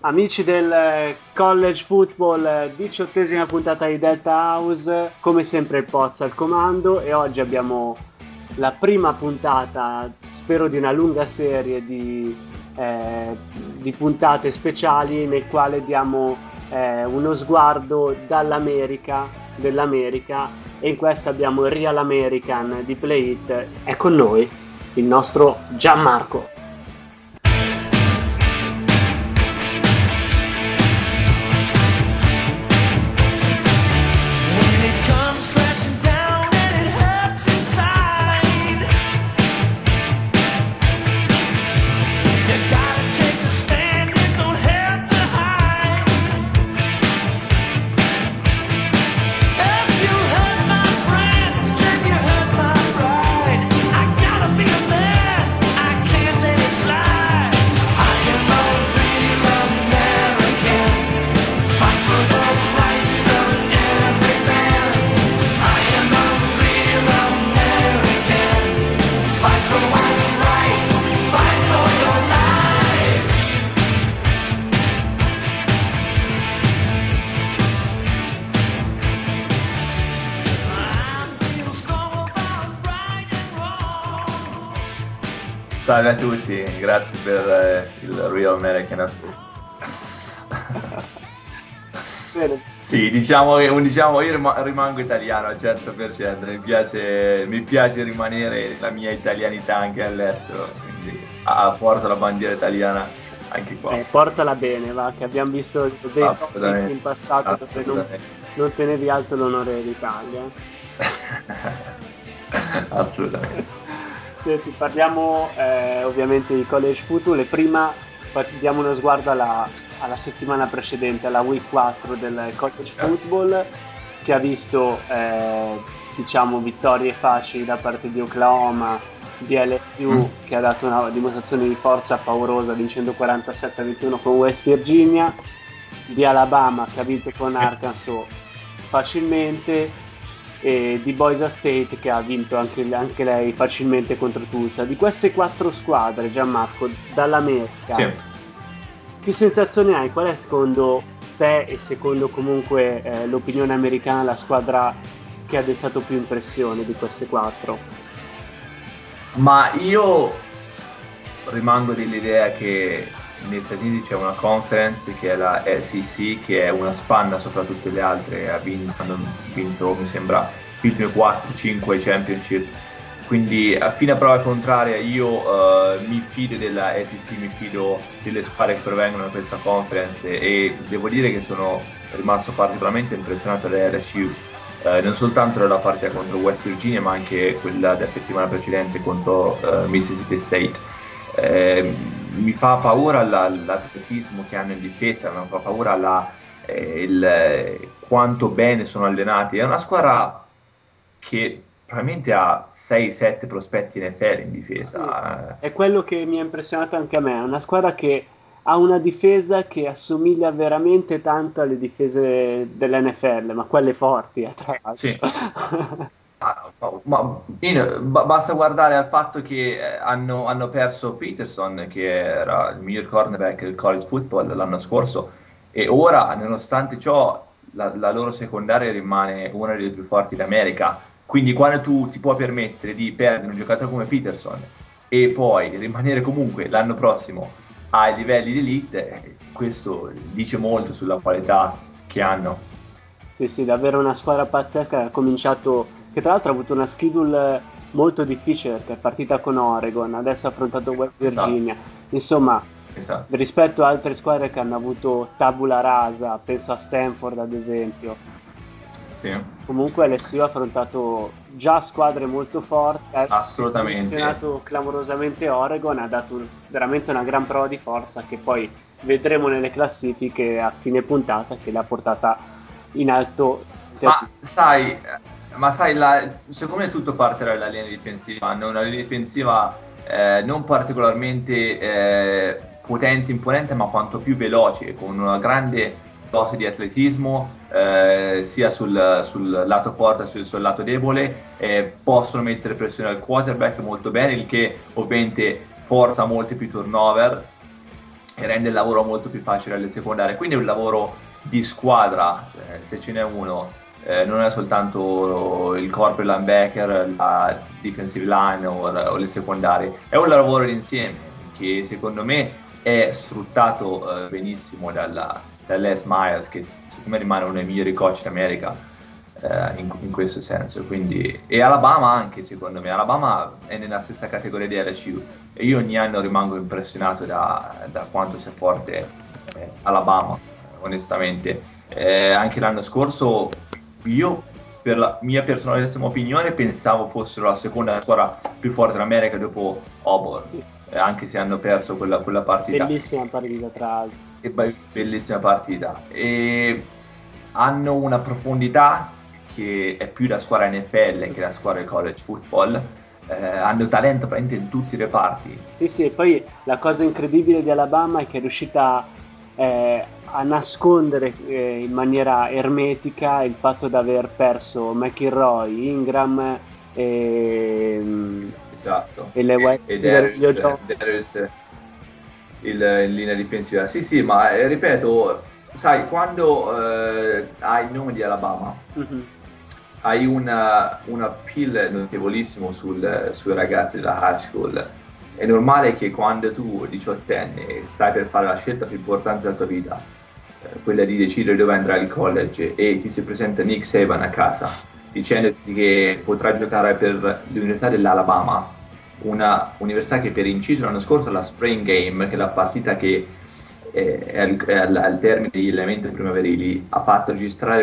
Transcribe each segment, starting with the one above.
Amici del college football, 18ª puntata di Delta House, come sempre il Poz al comando e oggi abbiamo la prima puntata, spero di una lunga serie di puntate speciali nel quale diamo uno sguardo dell'America e in questo abbiamo il Real American di Play It, è con noi il nostro Gianmarco. Salve a tutti, grazie per il Real American. Bene. Sì, diciamo io rimango italiano al 100%, mi piace rimanere la mia italianità anche all'estero, quindi porto la bandiera italiana anche qua. Portala bene, va, che abbiamo visto dei topic in Assolutamente, passato dove assolutamente. non tenevi alto l'onore dell'Italia. Assolutamente. Senti, parliamo ovviamente di college football e prima diamo uno sguardo alla settimana precedente, alla week 4 del college football, che ha visto diciamo vittorie facili da parte di Oklahoma, di LSU Mm? che ha dato una dimostrazione di forza paurosa vincendo 47-21 con West Virginia, di Alabama che ha vinto con Sì. Arkansas facilmente e di Boise State che ha vinto anche lei facilmente contro Tulsa. Di queste quattro squadre, Gianmarco, dall'America, Sì. che sensazione hai? Qual è secondo te e secondo comunque l'opinione americana la squadra che ha destato più impressione di queste quattro? Ma io rimango dell'idea che negli Stati Uniti c'è una conference che è la SEC, che è una spanna sopra tutte le altre, hanno vinto, mi sembra, le ultime 4-5 championship. Quindi, a fine a prova contraria, io mi fido della SEC, mi fido delle squadre che provengono da questa conference e devo dire che sono rimasto particolarmente impressionato da LSU. Non soltanto dalla partita contro West Virginia, ma anche quella della settimana precedente contro Mississippi State. Mi fa paura l'atletismo che hanno in difesa, mi fa paura quanto bene sono allenati. È una squadra che probabilmente ha 6-7 prospetti NFL in Sì, difesa. è quello che mi ha impressionato anche a me, è una squadra che ha una difesa che assomiglia veramente tanto alle difese dell'NFL, ma quelle forti, tra l'altro. Sì. Basta guardare al fatto che hanno perso Peterson, che era il miglior cornerback del college football l'anno scorso, e ora, nonostante ciò, la loro secondaria rimane una delle più forti d'America. Quindi, quando tu ti puoi permettere di perdere un giocatore come Peterson e poi rimanere comunque l'anno prossimo ai livelli di elite, questo dice molto sulla qualità che hanno. Sì, sì, davvero una squadra pazzesca. Ha cominciato, che tra l'altro ha avuto una schedule molto difficile perché è partita con Oregon, adesso ha affrontato West Esatto, Virginia. Insomma, esatto. rispetto a altre squadre che hanno avuto tabula rasa, penso a Stanford ad esempio. Sì. Comunque LSU ha affrontato già squadre molto forti, ha Assolutamente. impressionato clamorosamente Oregon, ha dato veramente una gran prova di forza che poi vedremo nelle classifiche a fine puntata che l'ha portata in alto. Ma sai, secondo me tutto parte dalla linea difensiva. Hanno una linea difensiva non particolarmente potente, imponente, ma quanto più veloce, con una grande dose di atletismo, sia sul lato forte che sul lato debole. Possono mettere pressione al quarterback molto bene, il che ovviamente forza molti più turnover. e rende il lavoro molto più facile alle secondarie. Quindi è un lavoro di squadra, se ce n'è uno, non è soltanto il corpo e linebacker, la defensive line o le secondarie, è un lavoro d'insieme che secondo me è sfruttato benissimo da Les Miles, che secondo me rimane uno dei migliori coach d'America. In questo senso, quindi, e Alabama anche secondo me, Alabama è nella stessa categoria di LSU, e io ogni anno rimango impressionato da quanto sia forte Alabama, onestamente. Anche l'anno scorso io, per la mia personalissima opinione, pensavo fossero la seconda squadra più forte d'America dopo Auburn, Sì, anche se hanno perso quella partita. bellissima partita tra l'altro. E bellissima partita. E hanno una profondità che è più la squadra NFL che la squadra di college football. Hanno talento praticamente in tutti i reparti. Sì, sì, e poi la cosa incredibile di Alabama è che è riuscita a nascondere in maniera ermetica il fatto di aver perso McIlroy, Ingram Esatto. e le wide E receiver Julio Darius, Jones. Darius in linea difensiva. Sì, sì, ma ripeto, sai, quando hai il nome di Alabama, Mhm. hai un appeal notevolissimo sui ragazzi della high school. È normale che quando tu, diciottenne, stai per fare la scelta più importante della tua vita, quella di decidere dove andare al college, e ti si presenta Nick Saban a casa dicendoti che potrai giocare per l'Università dell'Alabama, una università che per inciso l'anno scorso alla Spring Game, che è la partita che al termine degli elementi primaverili ha fatto registrare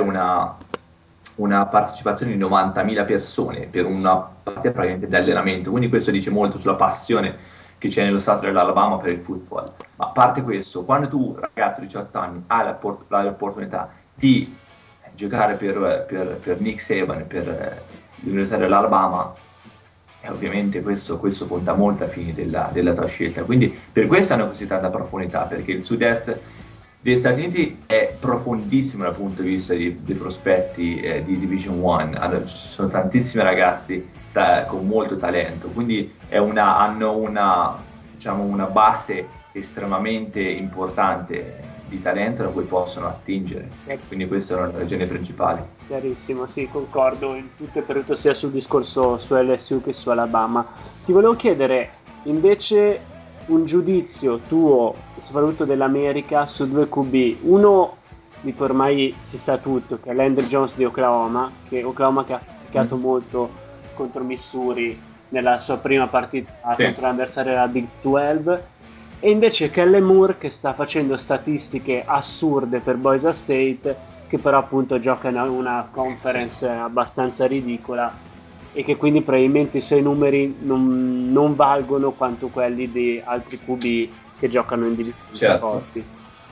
una partecipazione di 90.000 persone per una partita praticamente di allenamento. Quindi questo dice molto sulla passione che c'è nello stato dell'Alabama per il football. Ma a parte questo, quando tu, ragazzo di 18 anni, hai l'opportunità di giocare per Nick Saban, per l'Università dell'Alabama, e ovviamente questo conta molto a fine della tua scelta. Quindi per questo hanno così tanta profondità, perché il sud-est degli Stati Uniti è profondissimo dal punto di vista dei prospetti di Division One. Ci sono tantissimi ragazzi con molto talento, quindi hanno diciamo, una base estremamente importante di talento da cui possono attingere. Quindi queste sono le ragioni principali. Chiarissimo, sì, concordo in tutto e per tutto sia sul discorso su LSU che su Alabama. Ti volevo chiedere invece un giudizio tuo, soprattutto dell'America, su due QB. Uno di cui ormai si sa tutto, che è Landry Jones di Oklahoma, che ha faticato Mm? molto contro Missouri nella sua prima partita Sì, contro l'avversario della Big 12. E invece Kellen Moore che sta facendo statistiche assurde per Boise State, che però appunto gioca in una sì, conference abbastanza ridicola e che quindi probabilmente i suoi numeri non valgono quanto quelli di altri QB che giocano in divisioni più certo. forti.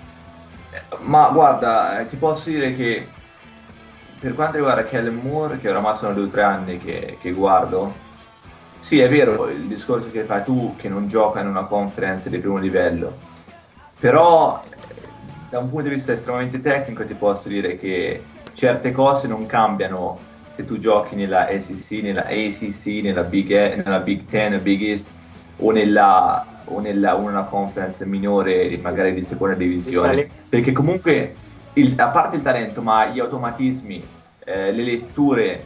Ma guarda, ti posso dire che per quanto riguarda Kellen Moore, che oramai sono 2 o 3 anni che guardo, sì, è vero il discorso che fai tu, che non gioca in una conference di primo livello, però da un punto di vista estremamente tecnico ti posso dire che certe cose non cambiano se tu giochi nella SEC, nella ACC, nella Big Ten, nella Big East o nella una conference minore, magari di seconda Il divisione, talento, perché comunque a parte il talento, ma gli automatismi, le letture,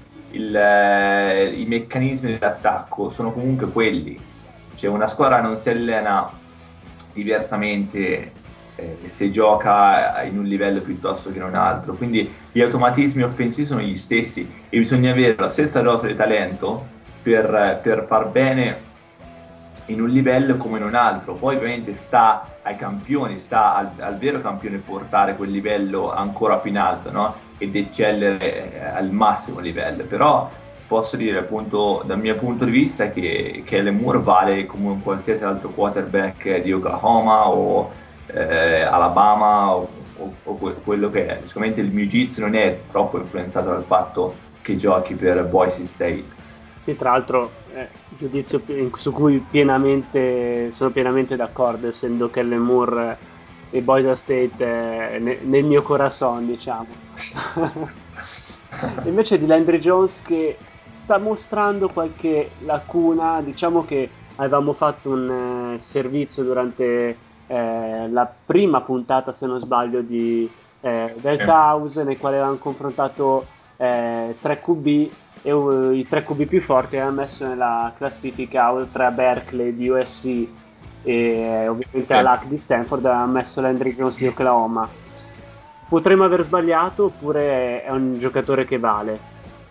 i meccanismi dell'attacco sono comunque quelli. Cioè, una squadra non si allena diversamente se gioca in un livello piuttosto che in un altro. Quindi gli automatismi offensivi sono gli stessi e bisogna avere la stessa dose di talento per far bene in un livello come in un altro. Poi ovviamente sta ai campioni, sta al vero campione portare quel livello ancora più in alto, no? Ed eccellere al massimo livello. Però ti posso dire, appunto, dal mio punto di vista, che Kellen Moore vale come un qualsiasi altro quarterback di Oklahoma o Alabama o quello che è. Sicuramente il mio giudizio non è troppo influenzato dal fatto che giochi per Boise State. sì, tra l'altro, giudizio su cui sono pienamente d'accordo, essendo Kellen Moore e Boise State nel mio corazon, diciamo. Invece di Landry Jones che sta mostrando qualche lacuna, diciamo che avevamo fatto un servizio durante la prima puntata, se non sbaglio, del Sì. Caos, nel quale avevano confrontato 3 QB e i 3 QB più forti avevano messo nella classifica, oltre a Berkeley di USC e ovviamente a Sì. Luck di Stanford, avevano messo Landry Jones di Oklahoma. Potremmo aver sbagliato oppure è un giocatore che vale?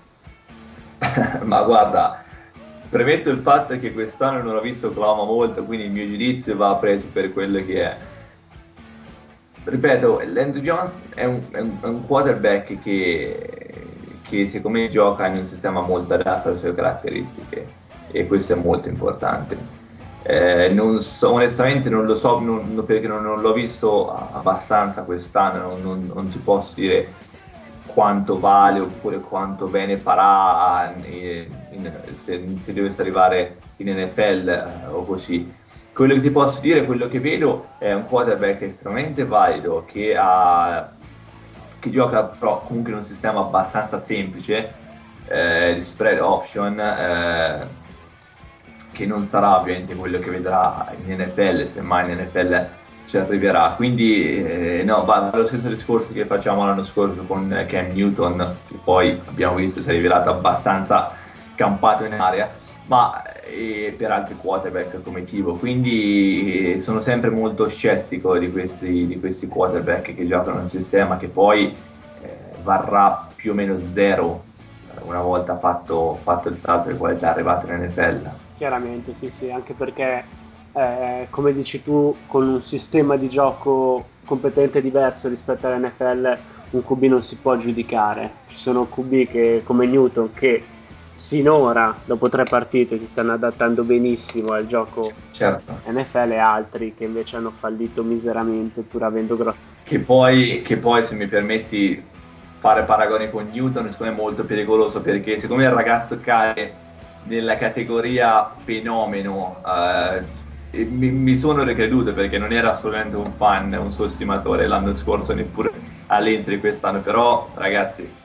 Ma guarda, premetto il fatto che quest'anno non ho visto Oklahoma molto, quindi il mio giudizio va preso per quello che è. Ripeto, Landry Jones è un quarterback che secondo me gioca in un sistema molto adatto alle sue caratteristiche e questo è molto importante. Onestamente non lo so perché non l'ho visto abbastanza quest'anno, non ti posso dire quanto vale oppure quanto bene farà se dovesse arrivare in NFL o così. Quello che ti posso dire, quello che vedo è un quarterback estremamente valido che gioca però comunque in un sistema abbastanza semplice di spread option, che non sarà ovviamente quello che vedrà in NFL, se mai in NFL ci arriverà. Quindi no, va lo stesso discorso che facciamo l'anno scorso con Cam Newton, che poi abbiamo visto si è rivelato abbastanza campato in aria, ma per altri quarterback come Tivo. Quindi sono sempre molto scettico di questi quarterback che giocano in un sistema che poi varrà più o meno zero una volta fatto il salto di qualità arrivato in NFL. Chiaramente, sì, sì, anche perché, come dici tu, con un sistema di gioco completamente diverso rispetto all'NFL, un QB non si può giudicare. Ci sono QB come Newton che sinora, dopo 3 partite, si stanno adattando benissimo al gioco Certo. NFL e altri che invece hanno fallito miseramente pur avendo grossi. Che poi, se mi permetti, fare paragoni con Newton, secondo me è molto pericoloso perché secondo me il ragazzo cade nella categoria fenomeno. E mi sono ricreduto perché non era assolutamente un fan, un suo stimatore l'anno scorso, neppure all'inizio di quest'anno. Però, ragazzi,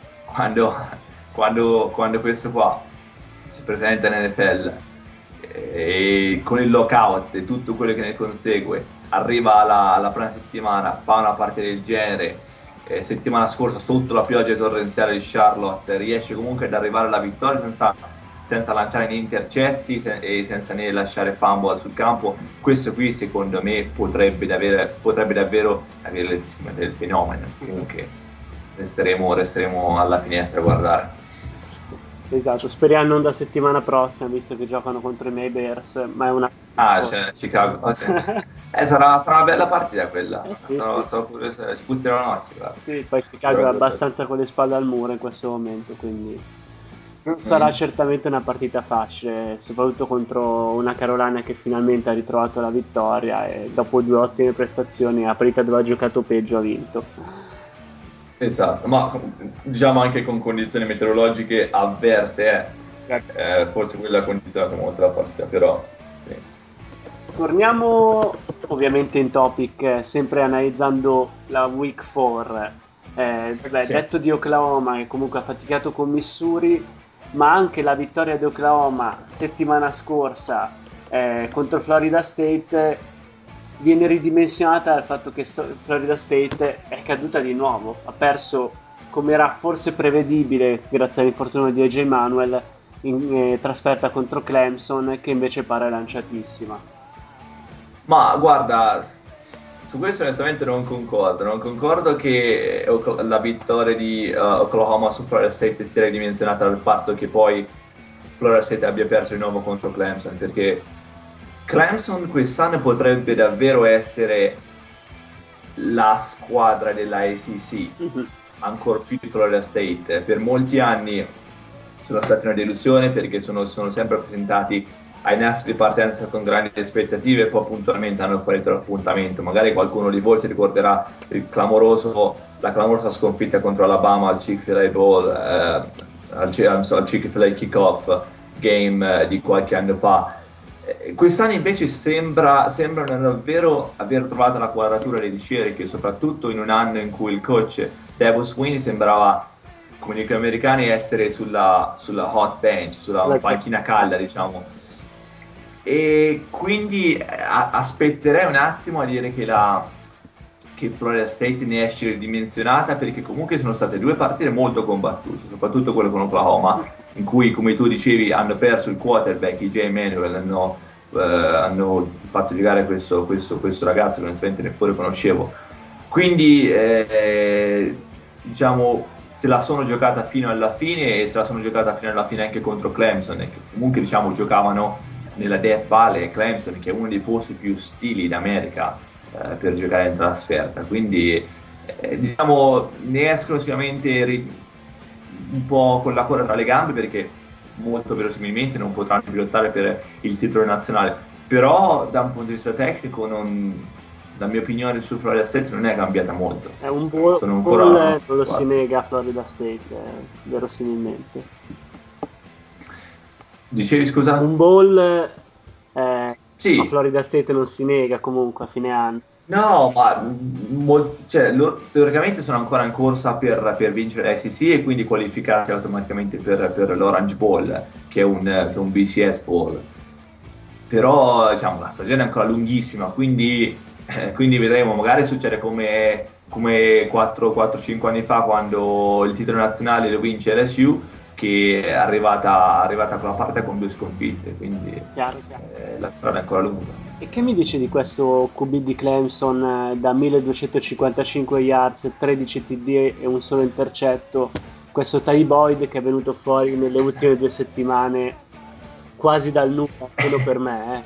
quando questo qua si presenta in NFL e con il lockout e tutto quello che ne consegue arriva alla prima settimana, fa una parte del genere, settimana scorsa sotto la pioggia torrenziale di Charlotte, riesce comunque ad arrivare alla vittoria senza lanciare né intercetti e senza né lasciare fumble sul campo. Questo qui, secondo me, potrebbe davvero avere le stime del fenomeno. Comunque, resteremo alla finestra a guardare. Esatto, speriamo non da settimana prossima, visto che giocano contro i May Bears, ma è una... Ah, c'è Chicago, ok. Sarà una bella partita Eh quella. sì, Sarò, sì. sarò curioso, ci butterò un occhio, guarda. Sì, poi Chicago Sarò è curioso. abbastanza con le spalle al muro in questo momento, quindi non sarà Mm. certamente una partita facile, soprattutto contro una Carolina che finalmente ha ritrovato la vittoria e dopo 2 ottime prestazioni a partita dove ha giocato peggio ha vinto. Esatto, ma diciamo anche con condizioni meteorologiche avverse, Certo. forse quella ha condizionato molto la partita, però sì. Torniamo ovviamente in topic, sempre analizzando la Week 4. Vabbè, Sì. detto di Oklahoma che comunque ha faticato con Missouri, ma anche la vittoria di Oklahoma settimana scorsa contro Florida State viene ridimensionata dal fatto che Florida State è caduta di nuovo. Ha perso, come era forse prevedibile, grazie all'infortunio di AJ Manuel, in trasferta contro Clemson, che invece pare lanciatissima. Ma guarda, su questo onestamente non concordo. Non concordo che la vittoria di Oklahoma su Florida State sia ridimensionata dal fatto che poi Florida State abbia perso di nuovo contro Clemson, perché Clemson quest'anno potrebbe davvero essere la squadra della ACC, Mhm. ancora più di Florida State. Per molti anni sono stati una delusione perché sono sempre presentati ai nastri di partenza con grandi aspettative e poi puntualmente hanno fallito l'appuntamento. Magari qualcuno di voi si ricorderà la clamorosa sconfitta contro Alabama al Chick-fil-A Bowl, al Chick-fil-A Kickoff Game di qualche anno fa. Quest'anno invece sembrano davvero aver trovato la quadratura delle cerchie, soprattutto in un anno in cui il coach Dabo Swinney sembrava, come dicono gli americani, essere sulla hot bench, sulla La panchina calda, diciamo. E quindi aspetterei un attimo a dire che Florida State ne esce ridimensionata, perché comunque sono state due partite molto combattute, soprattutto quelle con Oklahoma, in cui, come tu dicevi, hanno perso il quarterback, EJ Manuel, hanno fatto giocare questo ragazzo che onestamente neppure conoscevo. Quindi, diciamo, se la sono giocata fino alla fine, e se la sono giocata fino alla fine anche contro Clemson, e che comunque, diciamo, giocavano nella Death Valley, Clemson, che è uno dei posti più ostili d'America per giocare in trasferta. Quindi, diciamo, ne escono sicuramente un po' con la coda tra le gambe, perché molto verosimilmente non potranno più lottare per il titolo nazionale. Però, da un punto di vista tecnico, la mia opinione su Florida State non è cambiata molto. È un Sono bowl, ancora una non lo si squadra. nega a Florida State, verosimilmente. Dicevi, scusa? Un bowl a Sì, Florida State non si nega comunque a fine anno. no, ma cioè, loro teoricamente sono ancora in corsa per vincere l'SEC e quindi qualificarsi automaticamente per l'Orange Bowl, che è un BCS Bowl. Però, diciamo, la stagione è ancora lunghissima, quindi vedremo. Magari succede come 4-5 anni fa, quando il titolo nazionale lo vince LSU, che è arrivata con la parte con due sconfitte, quindi Chiaro, chiaro. la strada è ancora lunga. E che mi dici di questo QB di Clemson da 1255 yards, 13 TD e un solo intercetto? Questo Ty Boyd che è venuto fuori nelle ultime 2 settimane quasi dal nulla, almeno per me,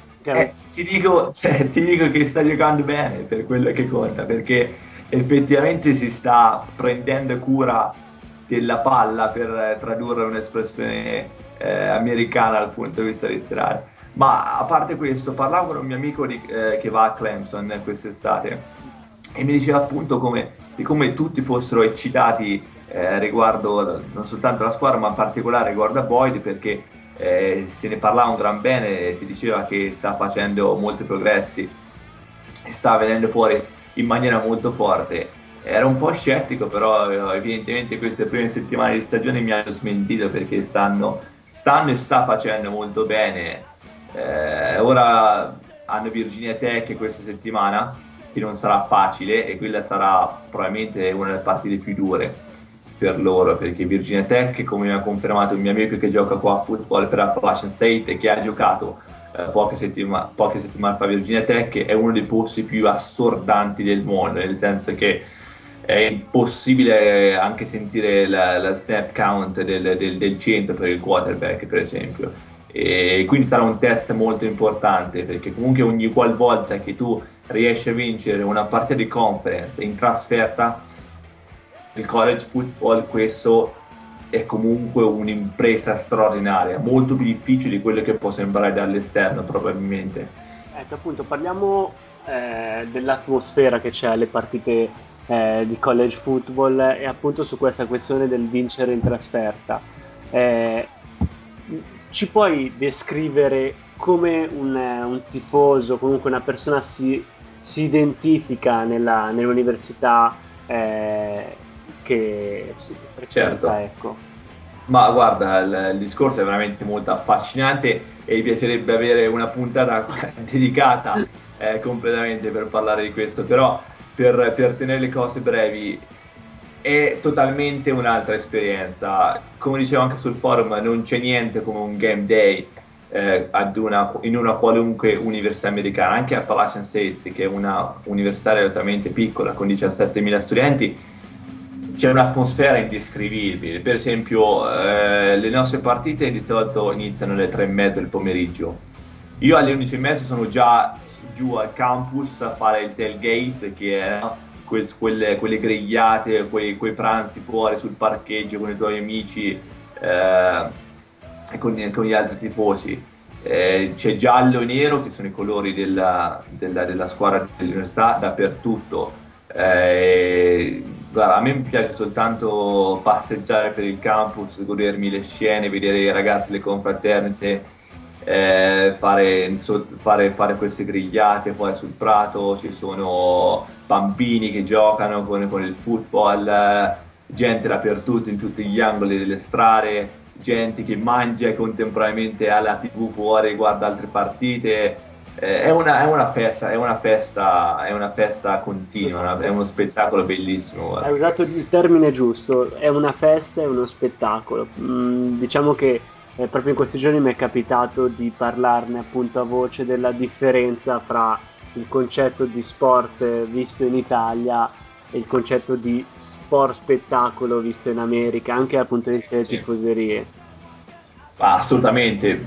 Ti dico che sta giocando bene per quello che conta, perché effettivamente si sta prendendo cura della palla, per tradurre un'espressione americana dal punto di vista letterale. Ma a parte questo, parlavo con un mio amico che va a Clemson quest'estate e mi diceva appunto di come tutti fossero eccitati riguardo non soltanto la squadra, ma in particolare riguardo a Boyd, perché se ne parlava un gran bene, si diceva che sta facendo molti progressi e sta venendo fuori in maniera molto forte. Ero un po' scettico, però evidentemente queste prime settimane di stagione mi hanno smentito, perché stanno e sta facendo molto bene. Ora hanno Virginia Tech questa settimana, che non sarà facile, e quella sarà probabilmente una delle partite più dure per loro, perché Virginia Tech, come mi ha confermato un mio amico che gioca qua a football per Appalachian State e che ha giocato poche settimane fa a Virginia Tech, è uno dei posti più assordanti del mondo, nel senso che è impossibile anche sentire la snap count del centro per il quarterback, per esempio. E quindi sarà un test molto importante, perché comunque ogni qualvolta che tu riesci a vincere una partita di conference in trasferta, il college football, questo è comunque un'impresa straordinaria, molto più difficile di quello che può sembrare dall'esterno, probabilmente. ecco, appunto, parliamo dell'atmosfera che c'è alle partite di college football e appunto su questa questione del vincere in trasferta. Eh, Ci puoi descrivere come un tifoso, comunque una persona si identifica nell'università che frequenta, Certo. ecco. Ma guarda, il discorso è veramente molto affascinante e mi piacerebbe avere una puntata dedicata completamente per parlare di questo, però per tenere le cose brevi, è totalmente un'altra esperienza. Come dicevo anche sul forum, non c'è niente come un game day in una qualunque università americana, anche a Appalachian State, che è una università relativamente piccola con 17.000 studenti. C'è un'atmosfera indescrivibile. Per esempio, le nostre partite di solito iniziano alle 3:30 del pomeriggio. Io alle 11:30 sono già giù al campus a fare il tailgate, che è, no, quelle grigliate, quei pranzi fuori sul parcheggio con i tuoi amici e con gli altri tifosi. C'è giallo e nero, che sono i colori della squadra dell'università, dappertutto. Guarda, a me mi piace soltanto passeggiare per il campus, godermi le scene, vedere i ragazzi, le confraternite, fare queste grigliate fuori sul prato. Ci sono bambini che giocano con il football, gente dappertutto, in tutti gli angoli delle strade. gente che mangia contemporaneamente alla TV fuori e guarda altre partite. È una festa continua, è Esatto. uno spettacolo bellissimo, Hai guarda. usato il termine giusto, è una festa, è uno spettacolo. Diciamo che proprio in questi giorni mi è capitato di parlarne appunto a voce della differenza fra il concetto di sport visto in Italia e il concetto di sport spettacolo visto in America, anche dal punto di vista delle Sì. tifoserie. Assolutamente.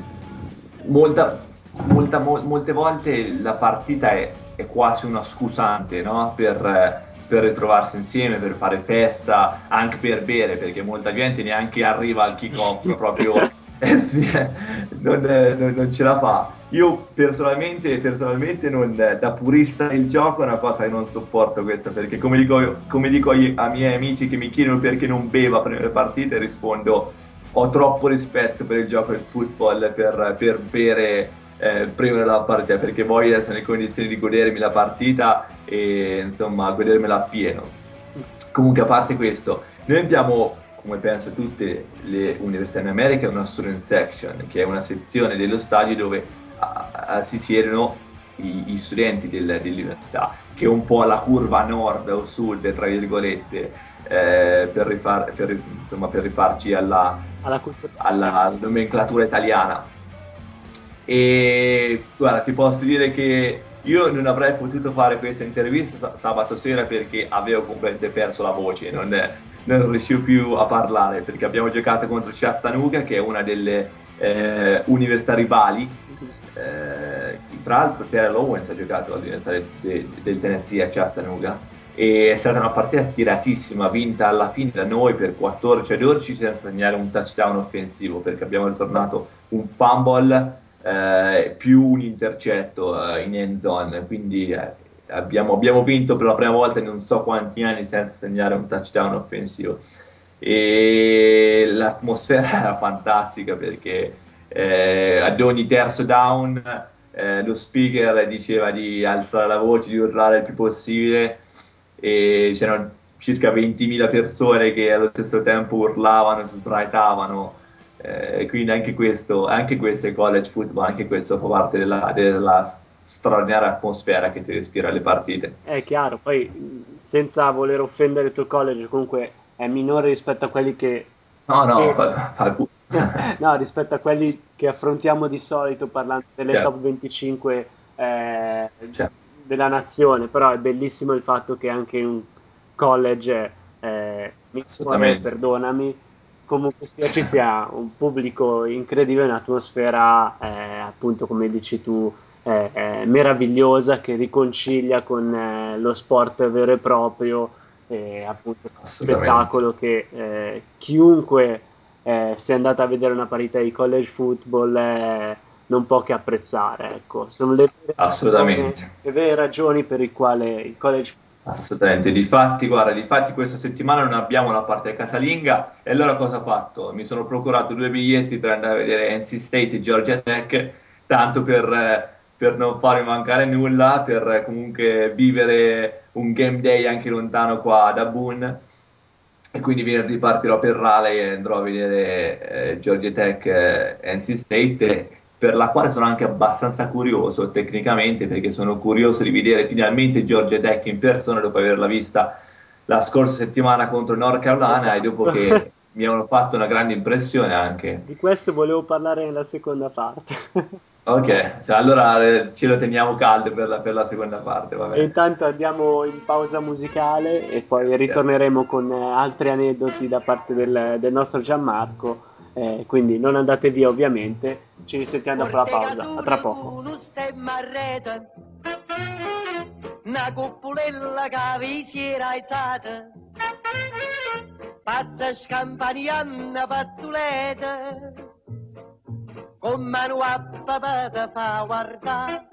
Molte volte la partita è quasi una scusante, no? Per ritrovarsi insieme, per fare festa, anche per bere, perché molta gente neanche arriva al kick-off, proprio sì, non ce la fa. Io personalmente da purista del gioco è una cosa che non sopporto questa, perché come dico ai miei amici che mi chiedono perché non bevo prima delle partite, rispondo ho troppo rispetto per il gioco del football per bere prima della partita, perché voglio essere in condizioni di godermi la partita e insomma godermela appieno. Comunque, a parte questo, noi abbiamo, come penso tutte le università in America, una student section, che è una sezione dello stadio dove si siedono gli studenti dell'università, che è un po' la curva nord o sud, tra virgolette, insomma, per rifarci Alla cultura italiana. alla nomenclatura italiana. E guarda, ti posso dire che io non avrei potuto fare questa intervista sabato sera perché avevo completamente perso la voce, non riuscivo più a parlare perché abbiamo giocato contro Chattanooga, che è una delle università rivali. Tra l'altro, Terrell Owens ha giocato all'Università del Tennessee a Chattanooga e è stata una partita tiratissima, vinta alla fine da noi per 14-12 senza segnare un touchdown offensivo perché abbiamo ritornato un fumble più un intercetto in end zone, quindi abbiamo vinto per la prima volta in non so quanti anni senza segnare un touchdown offensivo. E l'atmosfera era fantastica perché ad ogni terzo down lo speaker diceva di alzare la voce, di urlare il più possibile e c'erano circa 20.000 persone che allo stesso tempo urlavano, si sbraitavano. Quindi anche questo è college football, anche questo fa parte della straordinaria atmosfera che si respira alle partite. È chiaro, poi senza voler offendere il tuo college, comunque è minore rispetto a quelli No, no, che- fa il no, rispetto a quelli che affrontiamo di solito parlando delle top certo, 25 certo, della nazione, però è bellissimo il fatto che anche in un college, minore, assolutamente. perdonami, comunque sia ci sia un pubblico incredibile, un'atmosfera, appunto come dici tu, meravigliosa che riconcilia con lo sport vero e proprio, appunto Assolutamente, spettacolo che chiunque sia andato a vedere una partita di college football non può che apprezzare. Ecco. Sono assolutamente. le vere ragioni per le quali il college Assolutamente, difatti, guarda, difatti questa settimana non abbiamo la parte casalinga e allora cosa ho fatto? Mi sono procurato due biglietti per andare a vedere NC State e Georgia Tech, tanto per non farmi mancare nulla, per comunque vivere un game day anche lontano qua da Boone. E quindi venerdì partirò per Raleigh e andrò a vedere Georgia Tech NC State, per la quale sono anche abbastanza curioso tecnicamente, perché sono curioso di vedere finalmente Georgia Tech in persona dopo averla vista la scorsa settimana contro North Carolina e dopo esatto. che mi hanno fatto una grande impressione anche. Di questo volevo parlare nella seconda parte. Ok, cioè allora ce lo teniamo caldo per la seconda parte, va E bene. intanto andiamo in pausa musicale e poi Grazie. ritorneremo con altri aneddoti da parte del nostro Gianmarco. Quindi non andate via, ovviamente. Ci risentiamo dopo la pausa. A tra poco. Una cuppulella che vi si era alzata, passa scampaniando pattuleta, con mano a papà te fa guardare.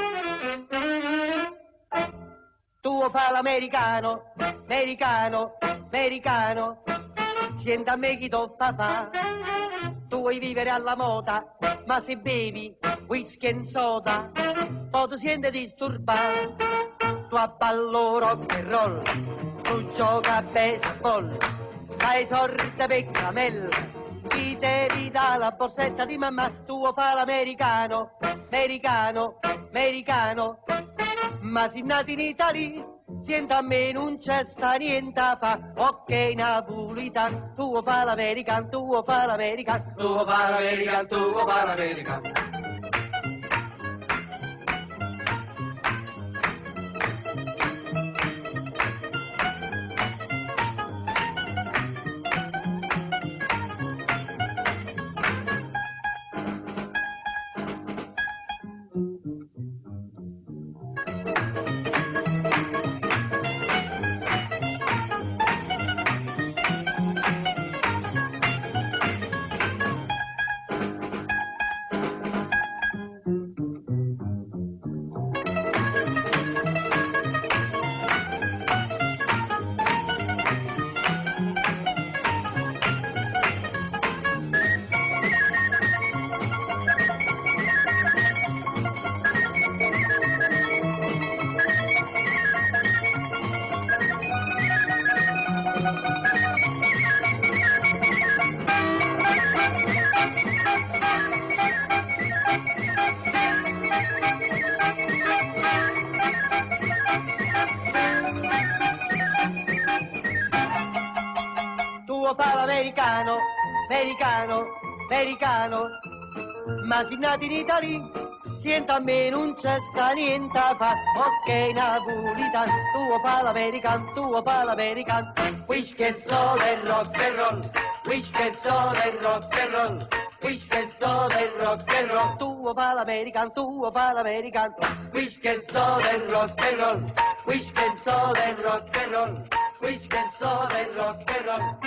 Tu fa l'americano, americano, americano, senta a me chi t'ho fa. Tu vuoi vivere alla moda, ma se bevi whisky e soda, poi ti senti disturbato. Tu abballo rock and roll, tu gioca a baseball, fai sorte per camella, chi te ridà la borsetta di mamma, tuo fa l'americano, americano, americano. Ma si nati in Italia, sienta a me non c'è sta niente fa, ok napolitan, tuo fa l'American, tuo fa l'American, tuo fa l'American, tuo fa l'American. Tuo fa l'americano, americano, americano, ma si nati in Italia, sienta a me non c'è sta niente fa, ok napolitan, tuo fa l'American, tuo fa l'American, wish che so del rock and roll, wish che so del rock and roll, wish che so del rock and roll, tuo fa l'American, tuo fa l'American, wish che so del rock and roll, wish che so del rock and roll, wish che so del rock and roll.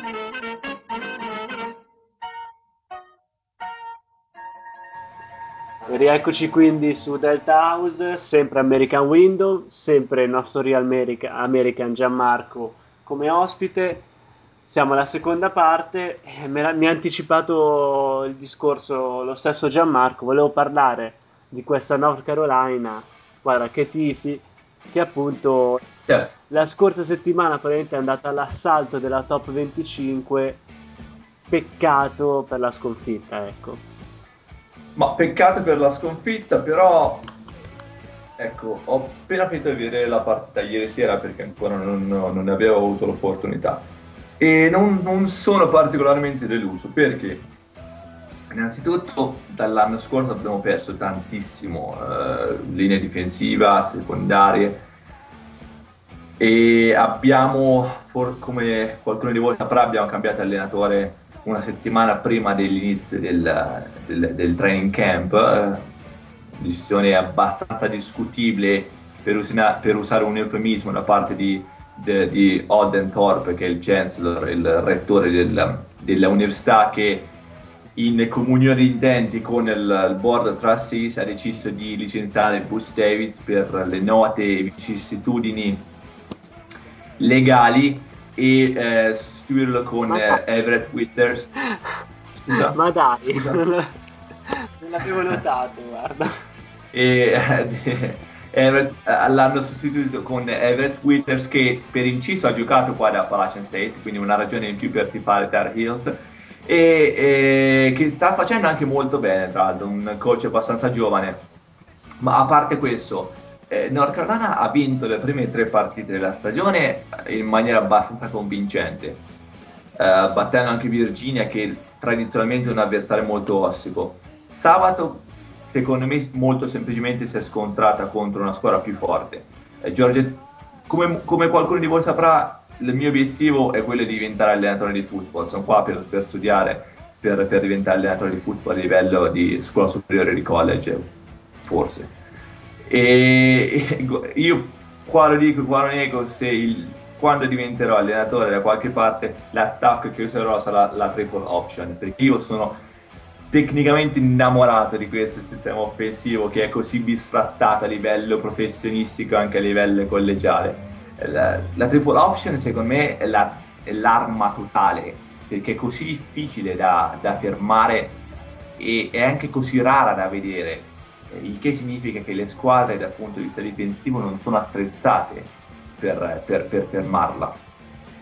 E rieccoci quindi su Delta House, sempre American Window, sempre il nostro Real American Gianmarco come ospite. Siamo alla seconda parte, mi ha anticipato il discorso lo stesso Gianmarco, volevo parlare di questa North Carolina, squadra che tifi, che appunto Certo. la scorsa settimana praticamente è andata all'assalto della top 25, peccato per la sconfitta, ecco. Ma peccato per la sconfitta, però ecco, ho appena finito di vedere la partita ieri sera perché ancora non ne avevo avuto l'opportunità e non sono particolarmente deluso perché innanzitutto dall'anno scorso abbiamo perso tantissimo, linee difensiva, secondarie e abbiamo, come qualcuno di voi saprà, abbiamo cambiato allenatore una settimana prima dell'inizio del training camp, decisione abbastanza discutibile per usare un eufemismo da parte di Odden Thorpe, che è il chancellor, il rettore della università, che in comunione di intenti con il board trustees ha deciso di licenziare Butch Davis per le note vicissitudini legali e sostituirlo con Ma dai, Everett Withers. Scusa? ma dai, Scusa? non l'avevo notato, guarda. E l'hanno sostituito con Everett Withers, che per inciso ha giocato qua da Appalachian State, quindi una ragione in più per tifare Tar Heels, e che sta facendo anche molto bene, tra l'altro, un coach abbastanza giovane. Ma a parte questo, North Carolina ha vinto le prime tre partite della stagione in maniera abbastanza convincente, battendo anche Virginia, che tradizionalmente è un avversario molto ossico. Sabato, secondo me, molto semplicemente si è scontrata contro una squadra più forte. Georgia, come qualcuno di voi saprà, il mio obiettivo è quello di diventare allenatore di football. Sono qua per studiare, per diventare allenatore di football a livello di scuola superiore di college, forse. E io qua lo dico, qua lo nego, quando diventerò allenatore da qualche parte, l'attacco che userò sarà la triple option, perché io sono tecnicamente innamorato di questo sistema offensivo che è così bisfrattato a livello professionistico e anche a livello collegiale. La triple option secondo me è l'arma totale, perché è così difficile da fermare e è anche così rara da vedere, il che significa che le squadre dal punto di vista difensivo non sono attrezzate per fermarla.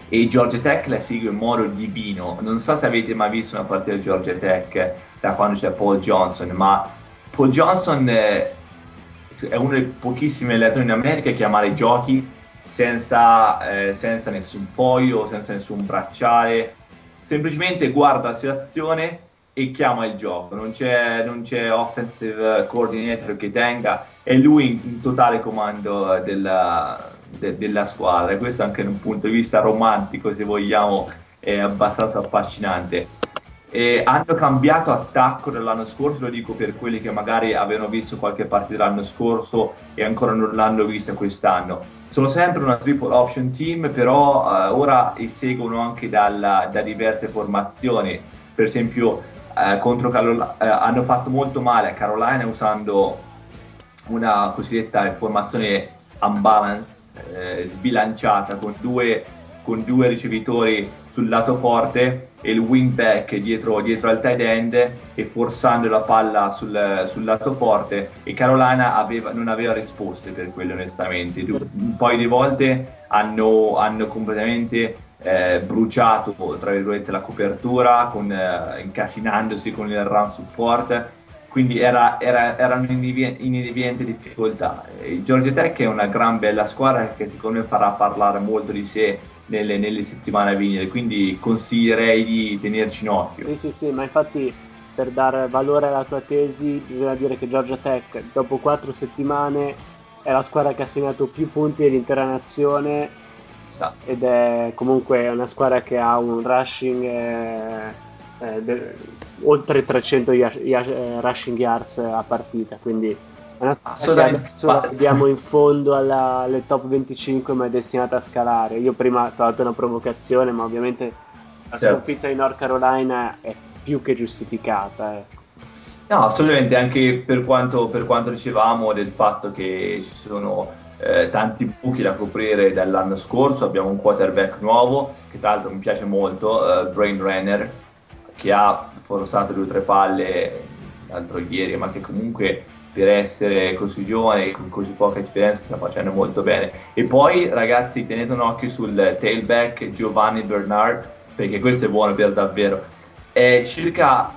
e Georgia Tech la segue in modo divino. Non so se avete mai visto una partita di Georgia Tech da quando c'è Paul Johnson, ma Paul Johnson è uno dei pochissimi allenatori in America che ama i giochi senza nessun foglio, senza nessun bracciale, semplicemente guarda la situazione e chiama il gioco, non c'è offensive coordinator che tenga, è lui in totale comando della squadra, e questo anche da un punto di vista romantico, se vogliamo, è abbastanza affascinante. E hanno cambiato attacco dell'anno scorso, lo dico per quelli che magari avevano visto qualche partita l'anno scorso e ancora non l'hanno vista quest'anno. Sono sempre una triple option team, però ora eseguono anche da diverse formazioni. Per esempio, hanno fatto molto male a Carolina usando una cosiddetta formazione unbalance, sbilanciata, con due ricevitori sul lato forte e il wingback dietro al tight end, e forzando la palla sul lato forte, e Carolina non aveva risposte per quello, onestamente. Un paio di volte hanno completamente bruciato, tra virgolette, la copertura, incasinandosi con il run support, quindi erano in evidente difficoltà. Il Georgia Tech è una gran bella squadra che secondo me farà parlare molto di sé nelle settimane a venire, quindi consiglierei di tenerci in occhio. Sì, sì, sì, ma infatti per dare valore alla tua tesi bisogna dire che Georgia Tech dopo 4 settimane è la squadra che ha segnato più punti dell'intera nazione Esatto. ed è comunque una squadra che ha un rushing oltre 300 rushing yards a partita, quindi è una squadra che Assolutamente. adesso la vediamo in fondo alle top 25 ma è destinata a scalare. Io prima ti ho dato una provocazione, ma ovviamente la Certo. sconfitta di North Carolina è più che giustificata, ecco. No, assolutamente, anche per quanto dicevamo del fatto che ci sono tanti buchi da coprire dall'anno scorso. Abbiamo un quarterback nuovo, che tra l'altro mi piace molto, Brain Renner, che ha forzato 2 o 3 palle l'altro ieri, ma che comunque per essere così giovane e con così poca esperienza sta facendo molto bene. E poi, ragazzi, tenete un occhio sul tailback Giovanni Bernard, perché questo è buono per davvero. È circa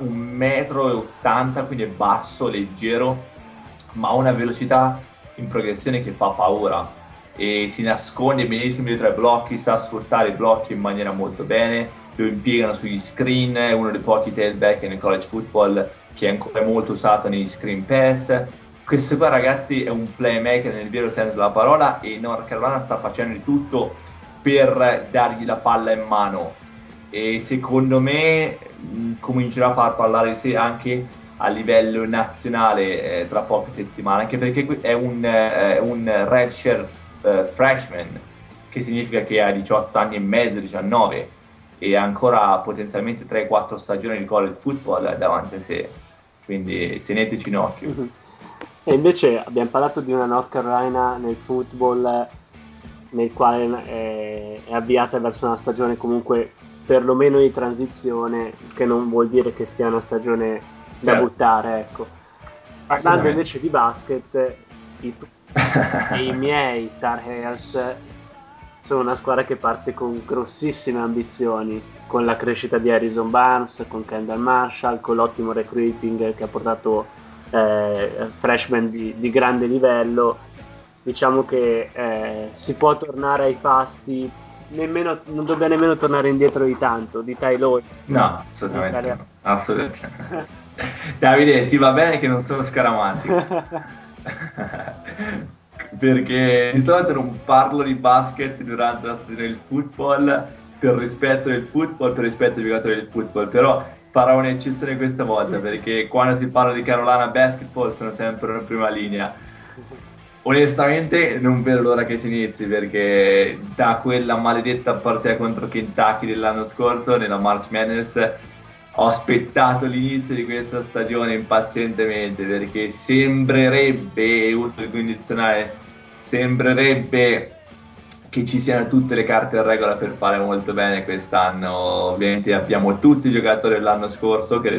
1,80 m, quindi è basso, leggero, ma ha una velocità in progressione che fa paura, e si nasconde benissimo dietro ai blocchi, sa sfruttare i blocchi in maniera molto bene, lo impiegano sugli screen, è uno dei pochi tailback nel college football che è ancora molto usato negli screen pass. Questo qua, ragazzi, è un playmaker nel vero senso della parola, e North Carolina sta facendo di tutto per dargli la palla in mano, e secondo me comincerà a far parlare di sé anche a livello nazionale tra poche settimane, anche perché è un redshirt freshman, che significa che ha 18 anni e mezzo, 19, e ha ancora potenzialmente 3-4 stagioni di college football davanti a sé, quindi teneteci in occhio. Mhm. E invece abbiamo parlato di una North Carolina nel football nel quale è avviata verso una stagione comunque perlomeno di transizione, che non vuol dire che sia una stagione da Certo, buttare, ecco. Parlando assolutamente. invece di basket, i tuoi e i miei Tar Heels sono una squadra che parte con grossissime ambizioni, con la crescita di Harrison Barnes, con Kendall Marshall, con l'ottimo recruiting che ha portato freshman di grande livello. Diciamo che si può tornare ai pasti, non dobbiamo nemmeno tornare indietro di tanto, di Tylor, No, di assolutamente Italia. no, assolutamente. Davide, ti va bene che non sono scaramantico? Perché di solito non parlo di basket durante la stagione del football, per rispetto del football, per rispetto ai giocatori del football, però farò un'eccezione questa volta, perché quando si parla di Carolina Basketball sono sempre in prima linea. Onestamente non vedo l'ora che si inizi, perché da quella maledetta partita contro Kentucky dell'anno scorso nella March Madness ho aspettato l'inizio di questa stagione impazientemente, perché sembrerebbe, e uso il condizionale, sembrerebbe che ci siano tutte le carte in regola per fare molto bene quest'anno. Ovviamente abbiamo tutti i giocatori dell'anno scorso che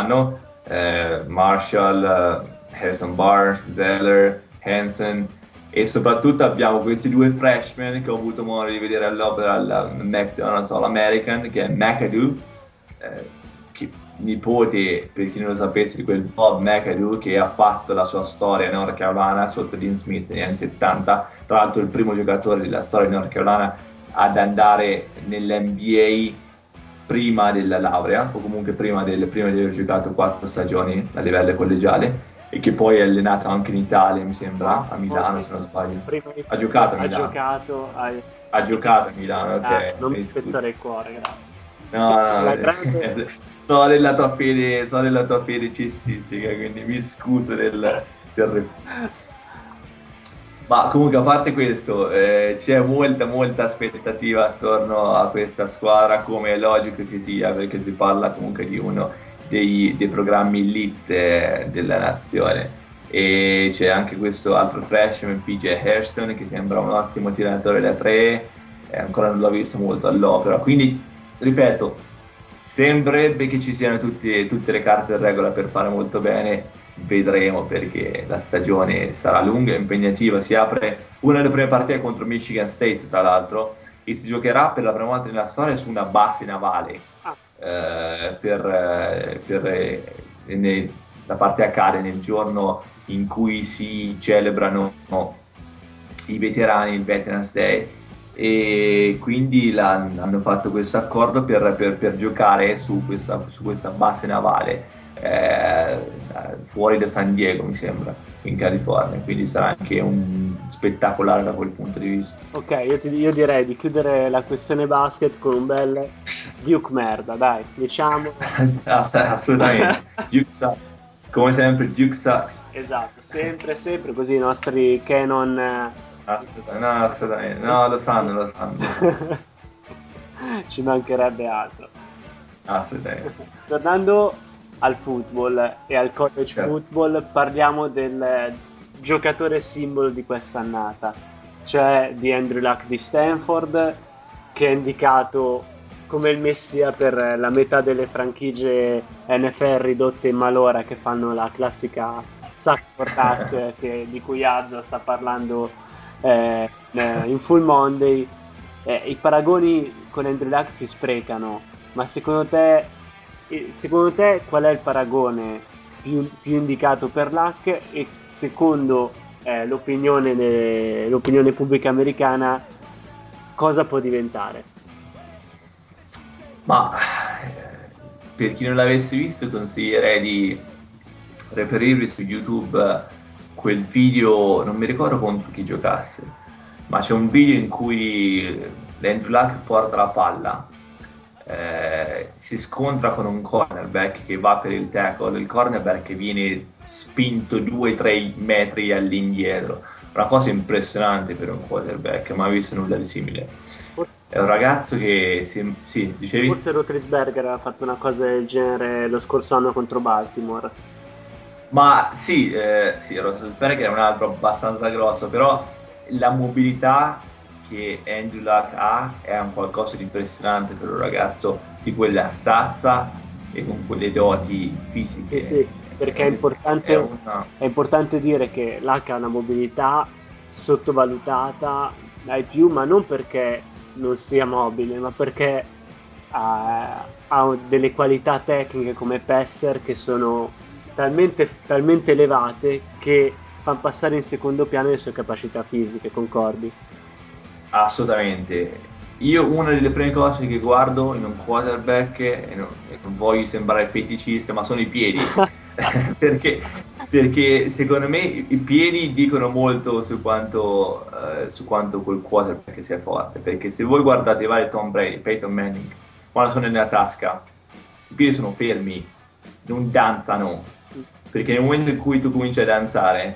ritorneranno, Marshall, Harrison Barnes, Zeller, Hansen, e soprattutto abbiamo questi due freshman che ho avuto modo di vedere all'opera al McDonald's All-American, che è McAdoo, che nipote, per chi non lo sapesse, di quel Bob McAdoo che ha fatto la sua storia in North Carolina sotto Dean Smith negli anni 70, tra l'altro il primo giocatore della storia di North Carolina ad andare nell'NBA prima della laurea, o comunque prima di aver giocato 4 stagioni a livello collegiale, e che poi è allenato anche in Italia, mi No, sembra, a no, Milano se non sbaglio. prima di Ha tutto giocato a ha Milano. giocato Ha giocato a Milano, ok, non mi mi spezzare scusi. il cuore, grazie. No, La no, grande... so della tua fede cessistica, quindi mi scuso del ma comunque, a parte questo, c'è molta aspettativa attorno a questa squadra, come è logico che sia, perché si parla comunque di uno dei programmi elite della nazione. E c'è anche questo altro freshman, PJ Hairston, che sembra un ottimo tiratore da tre, ancora non l'ho visto molto all'opera. Quindi, ripeto, sembrerebbe che ci siano tutte le carte in regola per fare molto bene. Vedremo, perché la stagione sarà lunga e impegnativa. Si apre una delle prime partite contro Michigan State, tra l'altro, e si giocherà per la prima volta nella storia su una base navale. Ah, La parte accade nel giorno in cui si celebrano i veterani, il Veterans Day, e quindi hanno fatto questo accordo per giocare su questa base navale, fuori da San Diego, mi sembra, in California, quindi sarà anche un spettacolare da quel punto di vista. ok, io direi di chiudere la questione basket con un bel Duke merda, dai, diciamo. Assolutamente. Duke sucks. Come sempre, Duke sucks. Esatto, sempre, sempre così i nostri canon... Assolutamente, no, assolutamente. No, lo sanno, lo sanno. Ci mancherebbe altro. Assolutamente. Tornando al football e al college Certo. football, parliamo del giocatore simbolo di quest'annata, cioè di Andrew Luck di Stanford, che è indicato come il messia per la metà delle franchigie NFL ridotte in malora che fanno la classica sack for luck di cui Azza sta parlando in Full Monday. I paragoni con Andrew Luck si sprecano, ma secondo te qual è il paragone più indicato per Luck e secondo l'opinione pubblica americana cosa può diventare? Ma per chi non l'avesse visto, consiglierei di reperirvi su YouTube quel video, non mi ricordo contro chi giocasse, ma c'è un video in cui Andrew Luck porta la palla, si scontra con un cornerback che va per il tackle, il cornerback viene spinto 2-3 metri all'indietro, una cosa impressionante per un quarterback, mai visto nulla di simile. È un ragazzo che sì, dicevi? Forse Roethlisberger ha fatto una cosa del genere lo scorso anno contro Baltimore. Ma sì, sì, Roethlisberger è un altro abbastanza grosso, però la mobilità che Andrew Luck ha è un qualcosa di impressionante per un ragazzo di quella stazza e con quelle doti Sì, sì, fisiche. perché È una... è importante dire che l'H ha una mobilità sottovalutata dai più, ma non perché non sia mobile, ma perché ha delle qualità tecniche come passer che sono talmente elevate che fanno passare in secondo piano le sue capacità fisiche, concordi? Assolutamente. Io una delle prime cose che guardo in un quarterback, e non voglio sembrare feticista, ma sono i piedi. Perché, perché secondo me i piedi dicono molto su quanto quel quarterback sia forte. Perché se voi guardate i vari Tom Brady, Peyton Manning, quando sono nella tasca, i piedi sono fermi, non danzano. Perché nel momento in cui tu cominci a danzare,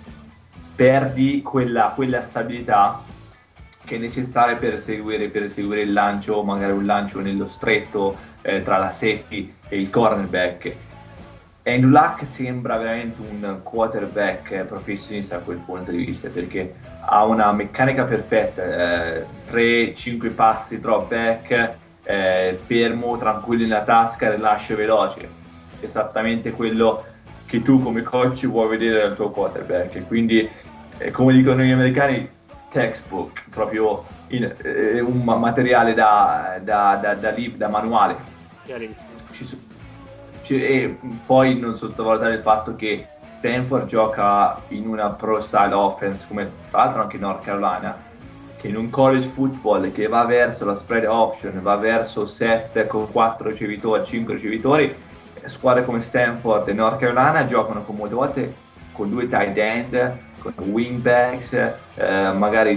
perdi quella stabilità che è necessaria per eseguire il lancio, magari un lancio nello stretto tra la safety e il cornerback. Andrew Luck sembra veramente un quarterback professionista da quel punto di vista, perché ha una meccanica perfetta, 3-5 passi drop back, fermo, tranquillo nella tasca, rilascio veloce, esattamente quello che tu come coach vuoi vedere dal tuo quarterback. Quindi come dicono gli americani, textbook, proprio un materiale da manuale. Chiarissimo. E poi non sottovalutare il fatto che Stanford gioca in una pro style offense, come tra l'altro anche North Carolina, che in un college football che va verso la spread option, va verso 7 con 4 ricevitori, 5 ricevitori, squadre come Stanford e North Carolina giocano con molte volte con 2 tight end, con wingbacks, magari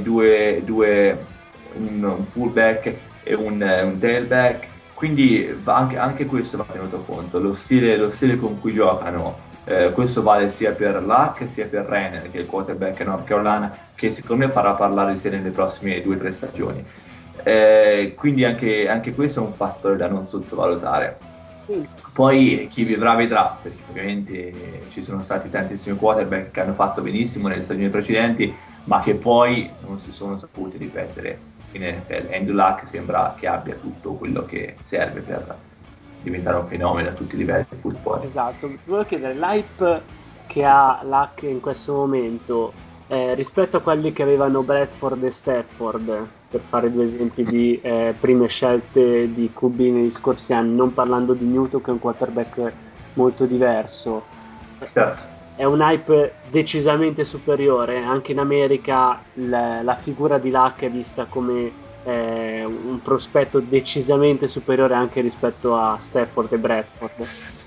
un fullback e un tailback. Quindi anche questo va tenuto conto, lo stile con cui giocano. Questo vale sia per Luck sia per Renner, che è il quarterback a North Carolina, che secondo me farà parlare di sé nelle prossime 2 o 3 stagioni. Quindi anche questo è un fattore da non sottovalutare. Sì. Poi chi vivrà vedrà, perché ovviamente ci sono stati tantissimi quarterback che hanno fatto benissimo nelle stagioni precedenti, ma che poi non si sono saputi ripetere in NFL. Andrew Luck sembra che abbia tutto quello che serve per diventare un fenomeno a tutti i livelli di football. Esatto, ti volevo chiedere, l'hype che ha l'Hack in questo momento rispetto a quelli che avevano Bradford e Stafford, per fare due esempi di prime scelte di QB negli scorsi anni, non parlando di Newton che è un quarterback molto diverso, Certo. è un hype decisamente superiore. Anche in America la figura di Luck è vista come un prospetto decisamente superiore anche rispetto a Stafford e Bradford.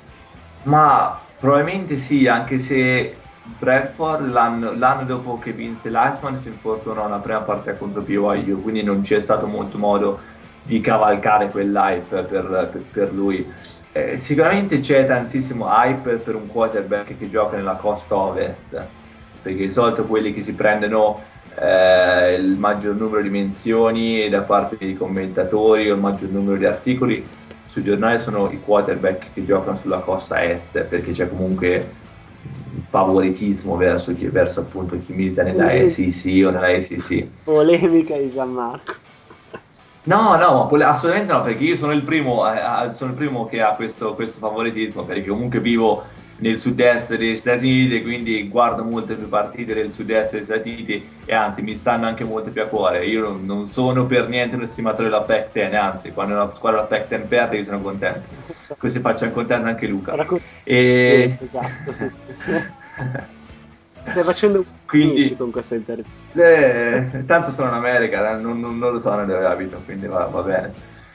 Ma probabilmente sì, anche se Bradford l'anno dopo che vinse l'Iceman si infortunò una prima partita contro BYU, quindi non c'è stato molto modo di cavalcare quell'hype per lui. Sicuramente c'è tantissimo hype per un quarterback che gioca nella costa ovest, perché di solito quelli che si prendono il maggior numero di menzioni da parte dei commentatori o il maggior numero di articoli sui giornali sono i quarterback che giocano sulla costa est, perché c'è comunque un favoritismo verso appunto chi milita nella Polemica, SEC o nella ACC. polemica di Gianmarco. No, no, assolutamente no, perché io sono il primo che ha questo favoritismo, perché comunque vivo nel sud-est degli Stati Uniti, quindi guardo molte più partite del sud-est degli Stati Uniti e anzi mi stanno anche molto più a cuore. Io non sono per niente un estimatore della Pac-10, anzi, quando una squadra della Pac-10 perde io sono contento, così faccio contento anche Luca. Era così, E... esatto, sì. Stai facendo amici Quindi con questa intervista. tanto sono in America, non lo so dove abito, quindi va bene.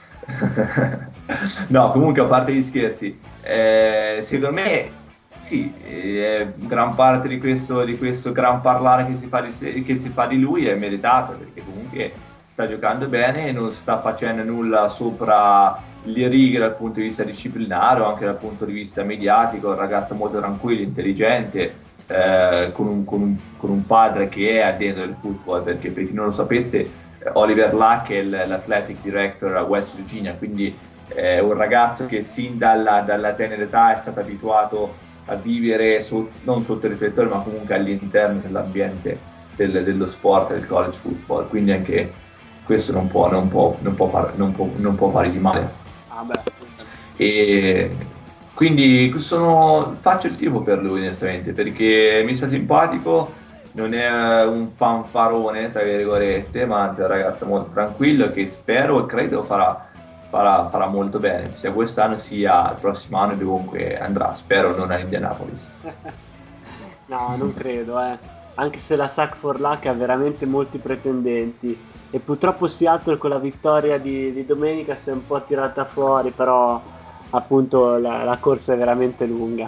No, comunque a parte gli scherzi, secondo me sì, gran parte di questo gran parlare che si fa che si fa di lui è meritato, perché comunque sta giocando bene e non sta facendo nulla sopra le righe dal punto di vista disciplinare o anche dal punto di vista mediatico, è un ragazzo molto tranquillo, intelligente, con un padre che è addentro del football, perché per chi non lo sapesse, Oliver Luck è l'athletic director a West Virginia, quindi è un ragazzo che sin dalla tenera età è stato abituato a vivere non sotto il riflettore, ma comunque all'interno dell'ambiente dello sport, del college football, quindi anche questo non può fargli male. Ah, beh. E quindi faccio il tifo per lui, onestamente, perché mi sta simpatico, non è un fanfarone, tra virgolette, ma anzi è un ragazzo molto tranquillo che spero e credo farà molto bene, sia quest'anno sia il prossimo anno, dovunque andrà. Spero non a Indianapolis. No, non credo, eh. Anche se la Sac for Luck ha veramente molti pretendenti. E purtroppo Seattle con la vittoria di domenica si è un po' tirata fuori, però appunto la corsa è veramente lunga.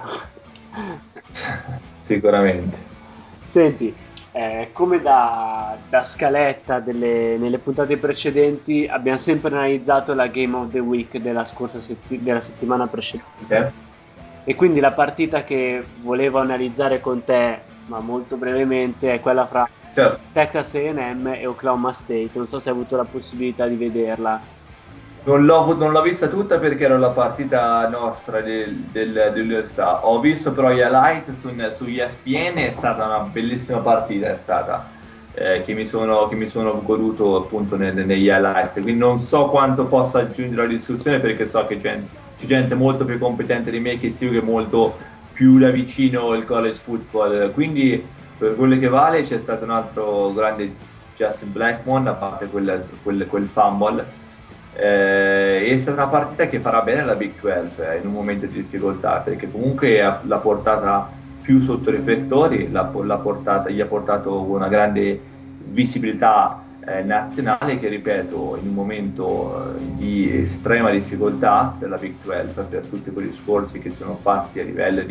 Sicuramente. Senti, come da scaletta nelle puntate precedenti abbiamo sempre analizzato la Game of the Week della settimana precedente. Ok? E quindi la partita che volevo analizzare con te, ma molto brevemente, è quella fra Certo. Texas A&M e Oklahoma State. Non so se hai avuto la possibilità di vederla. Non l'ho vista tutta perché era la partita nostra dell'università. Ho visto però gli highlights su ESPN, è stata una bellissima partita, è stata, che mi sono goduto appunto negli highlights. Quindi non so quanto possa aggiungere alla discussione perché so che c'è gente molto più competente di me che segue molto più da vicino il college football. Quindi per quello che vale c'è stato un altro grande Justin Blackmon, a parte quel fumble. È stata una partita che farà bene la Big 12 in un momento di difficoltà, perché comunque l'ha portata più sotto i riflettori, gli ha portato una grande visibilità nazionale che, ripeto, in un momento di estrema difficoltà per la Big 12, per tutti quegli sforzi che sono fatti a livello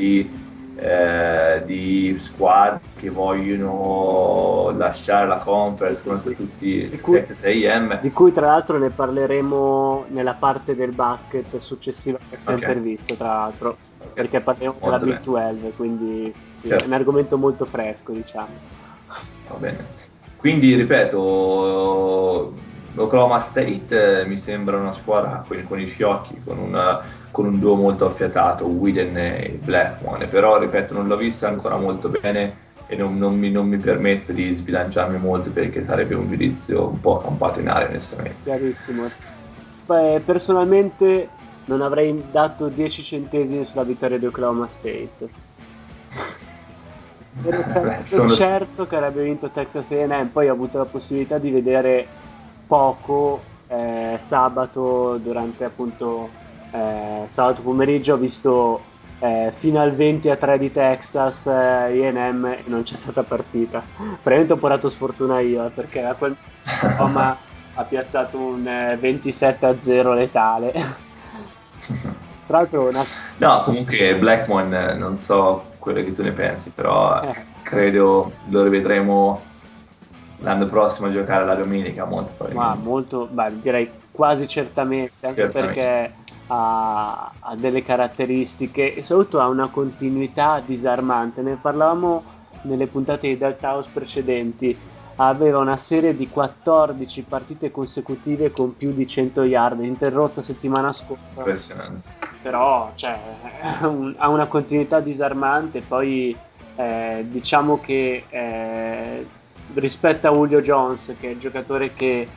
di squadre che vogliono lasciare la Sì, conference, sì, come per sì. tutti Di cui, Texas A&M. di cui tra l'altro ne parleremo nella parte del basket successiva che si è Ok, intervisto, tra l'altro, ok, perché parliamo della molto Big bene, 12, quindi sì, è un certo. argomento molto fresco, diciamo. Va bene. Quindi, ripeto, Oklahoma State mi sembra una squadra con i fiocchi, con un duo molto affiatato, Whedon e Blackmon, però, ripeto, non l'ho vista Sì, ancora sì, molto bene e non mi permette di sbilanciarmi molto perché sarebbe un giudizio un po' campato in aria, onestamente. chiarissimo. Beh, personalmente non avrei dato 10 centesimi sulla vittoria di Oklahoma State. Beh, Ero sono... certo che avrebbe vinto Texas A&M, poi ho avuto la possibilità di vedere poco sabato durante appunto sabato pomeriggio ho visto fino al 20-3 di Texas A&M e non c'è stata partita. Probabilmente ho portato sfortuna io perché a quel Roma ha piazzato un 27-0 letale. Tra l'altro una... No, comunque Blackmon, non so quello che tu ne pensi, però credo lo rivedremo l'anno prossimo a giocare la domenica, molto Ma probabilmente. molto, beh, direi quasi certamente, anche Certamente. perché ha delle caratteristiche e soprattutto ha una continuità disarmante. Ne parlavamo nelle puntate di Delta House precedenti. Aveva una serie di 14 partite consecutive con più di 100 yard, interrotta settimana scorsa, Impressionante. però cioè, ha una continuità disarmante. Poi diciamo che rispetto a Julio Jones, che è il giocatore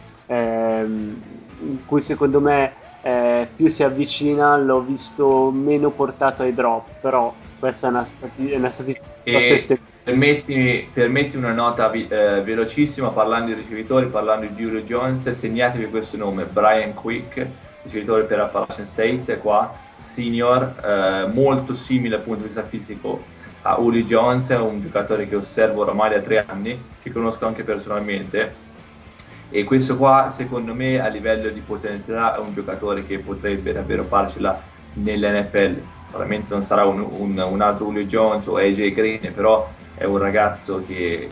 in cui secondo me più si avvicina, l'ho visto meno portato ai drop, però questa è una statistica a sé E stessa. permettimi una nota velocissima parlando di ricevitori, parlando di Julio Jones, segnatevi questo nome, Brian Quick, ricevitore per Appalachian State, qua, senior, molto simile dal punto di vista fisico a Julio Jones, è un giocatore che osservo oramai da 3 anni, che conosco anche personalmente, e questo qua, secondo me, a livello di potenzialità, è un giocatore che potrebbe davvero farcela nell'NFL. Probabilmente non sarà un altro Julio Jones o AJ Green, però è un ragazzo che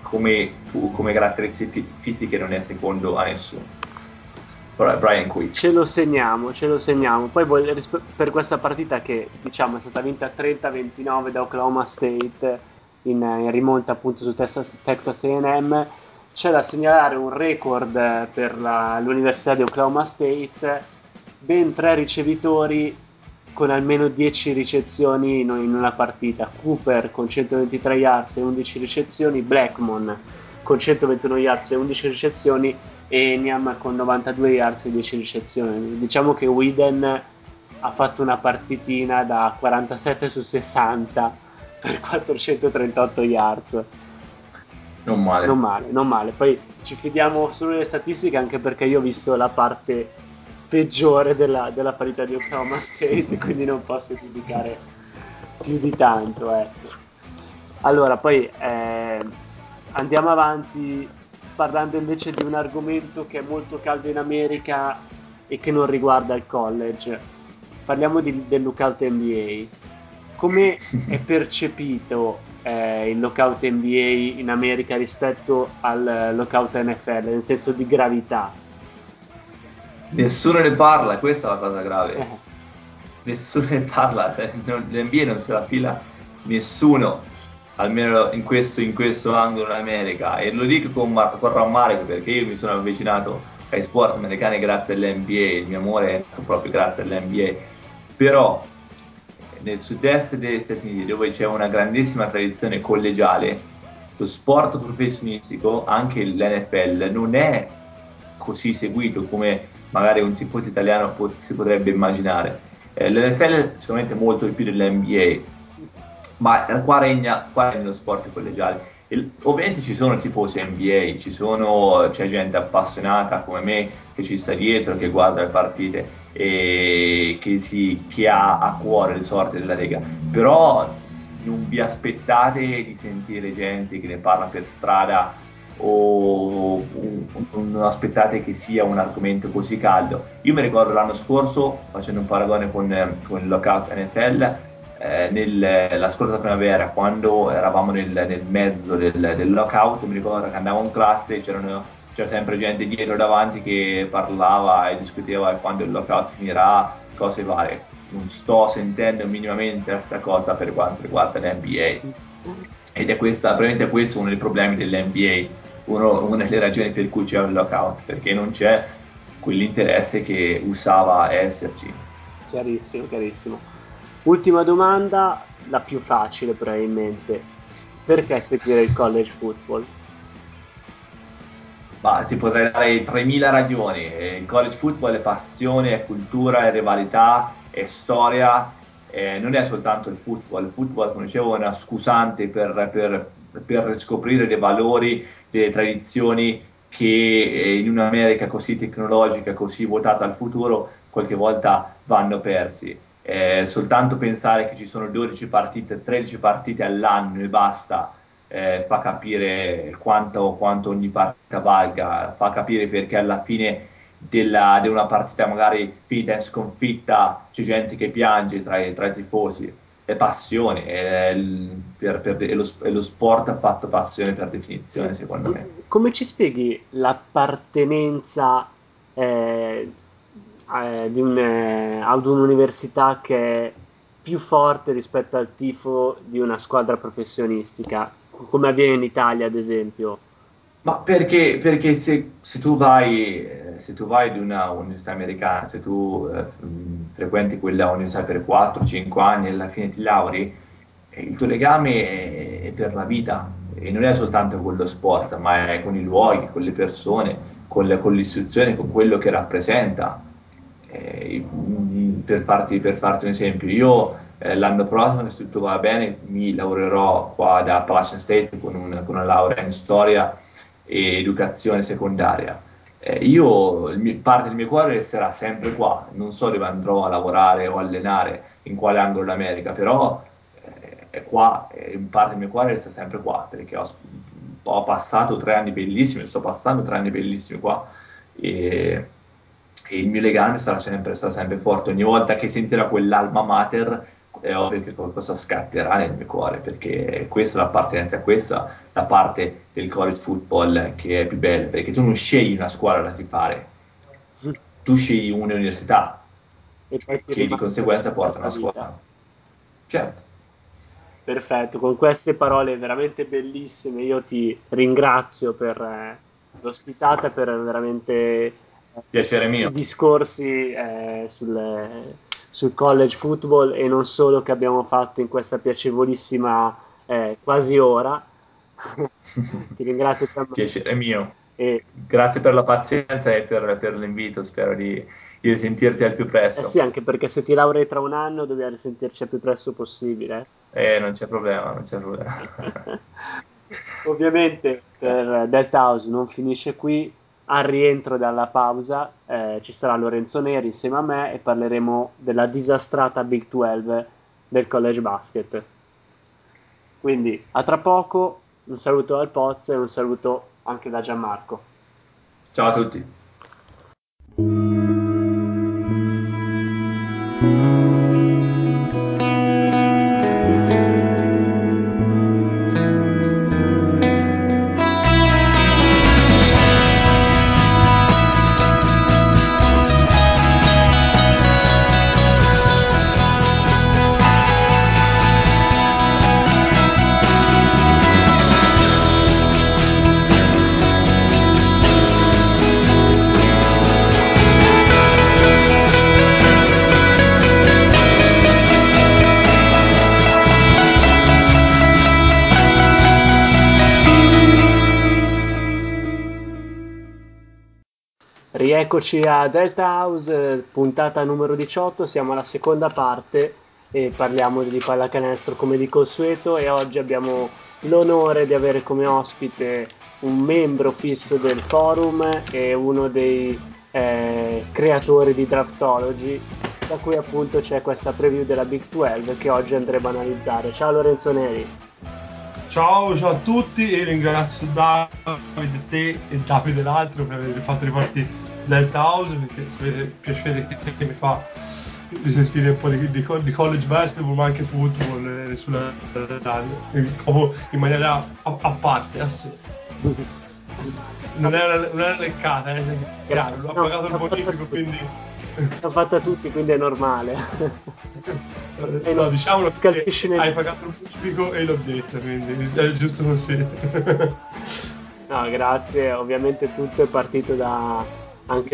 come caratteristiche fisiche non è secondo a nessuno. Però è Brian Quick. Ce lo segniamo, ce lo segniamo. Poi per questa partita che diciamo è stata vinta 30-29 da Oklahoma State in rimonta appunto su Texas A&M, c'è da segnalare un record per l'Università di Oklahoma State, ben 3 ricevitori con almeno 10 ricezioni in una partita. Cooper con 123 yards e 11 ricezioni, Blackmon con 121 yards e 11 ricezioni e Niam con 92 yards e 10 ricezioni. Diciamo che Whedon ha fatto una partitina da 47 su 60 per 438 yards. Non male. Non male, non male. Poi ci fidiamo solo delle statistiche anche perché io ho visto la parte peggiore della parità di Oklahoma State, quindi non posso giudicare più di tanto, ecco. Allora, poi andiamo avanti parlando invece di un argomento che è molto caldo in America e che non riguarda il college. Parliamo del lookout NBA. Come è percepito il lockout NBA in America rispetto al lockout NFL, nel senso di gravità? Nessuno ne parla, questa è la cosa grave. Eh, Nessuno ne parla, l'NBA non se la fila nessuno, almeno in questo angolo in America. E lo dico con rammarico perché io mi sono avvicinato ai sport americani grazie all'NBA, il mio amore è nato proprio grazie all'NBA. Però nel sud-est degli Stati Uniti, dove c'è una grandissima tradizione collegiale, lo sport professionistico, anche l'NFL, non è così seguito come magari un tifoso italiano si potrebbe immaginare. L'NFL è sicuramente molto di più dell'NBA, ma qua regna lo sport collegiale. Ovviamente ci sono tifosi NBA, c'è gente appassionata come me che ci sta dietro, che guarda le partite e che ha a cuore le sorti della Lega, però non vi aspettate di sentire gente che ne parla per strada o non aspettate che sia un argomento così caldo. Io mi ricordo l'anno scorso, facendo un paragone con il lockout NFL, la scorsa primavera, quando eravamo nel mezzo del lockout, mi ricordo che andavo in classe e c'era sempre gente dietro e davanti che parlava e discuteva quando il lockout finirà, cose varie. Non sto sentendo minimamente la stessa cosa per quanto riguarda l'NBA. Ed è probabilmente questo uno dei problemi dell'NBA, una delle ragioni per cui c'è un lockout, perché non c'è quell'interesse che usava esserci. Chiarissimo, chiarissimo. Ultima domanda, la più facile probabilmente. Perché seguire il college football? Ma ti potrei dare 3000 ragioni. Il college football è passione, è cultura, è rivalità, è storia. Non è soltanto il football. Il football, come dicevo, è una scusante per riscoprire dei valori, delle tradizioni che in un'America così tecnologica, così votata al futuro, qualche volta vanno persi. Soltanto pensare che ci sono 12 partite, 13 partite all'anno e basta fa capire quanto ogni partita valga, fa capire perché alla fine di una partita magari finita in sconfitta c'è gente che piange tra i tifosi. È passione, è lo sport ha fatto passione per definizione, secondo me. Come ci spieghi l'appartenenza ad un'università che è più forte rispetto al tifo di una squadra professionistica, come avviene in Italia, ad esempio? Ma perché se tu vai ad una università americana, se tu frequenti quella università per 4-5 anni e alla fine ti lauri, il tuo legame è per la vita e non è soltanto con lo sport, ma è con i luoghi, con le persone, con l'istruzione, con quello che rappresenta. Per farti un esempio, io l'anno prossimo, se tutto va bene, mi lavorerò qua da Appalachian State con una laurea in storia e educazione secondaria. Parte del mio cuore resterà sempre qua, non so dove andrò a lavorare o allenare, in quale angolo d'America, però è qua, in parte del mio cuore resta sempre qua, perché ho passato 3 anni bellissimi, sto passando 3 anni bellissimi qua e, e il mio legame sarà sempre forte. Ogni volta che sentirò quell'alma mater è ovvio che qualcosa scatterà nel mio cuore, perché questa è l'appartenenza a questa, la parte del college football che è più bella, perché tu non scegli una squadra da tifare, tu scegli un'università E poi ti che di rimane per conseguenza porta tutta la una vita. squadra. Certo, Perfetto, con queste parole veramente bellissime io ti ringrazio per l'ospitata e per veramente piacere i mio. discorsi sul college football e non solo che abbiamo fatto in questa piacevolissima quasi ora. Ti ringrazio Piacere mio. e Grazie per la pazienza e per l'invito, spero di sentirti al più eh sì, presto. anche perché se ti laurei tra un anno dobbiamo risentirci il più presto possibile. Non c'è problema, non c'è problema. Ovviamente Grazie. per Delta House non finisce qui, al rientro dalla pausa ci sarà Lorenzo Neri insieme a me e parleremo della disastrata Big 12 del college basket. Quindi a tra poco, un saluto dal Poz e un saluto anche da Gianmarco. Ciao a tutti. Rieccoci a Delta House, puntata numero 18, siamo alla seconda parte e parliamo di pallacanestro come di consueto e oggi abbiamo l'onore di avere come ospite un membro fisso del forum e uno dei creatori di Draftology, da cui appunto c'è questa preview della Big 12 che oggi andremo a analizzare. Ciao Lorenzo Neri. Ciao a tutti e ringrazio Davide, te e Davide l'altro per aver fatto riporti Delta House, perché sapete il piacere che mi fa di sentire un po' di college basketball, ma anche football sulla radio, in maniera a parte, a sé. Non è una leccata, chiaro, ho pagato il bonifico, quindi... L'ho fatta tutti, quindi è normale. No, diciamolo che hai pagato il bonifico e l'ho detto, quindi è giusto così. No, grazie. Ovviamente tutto è partito anche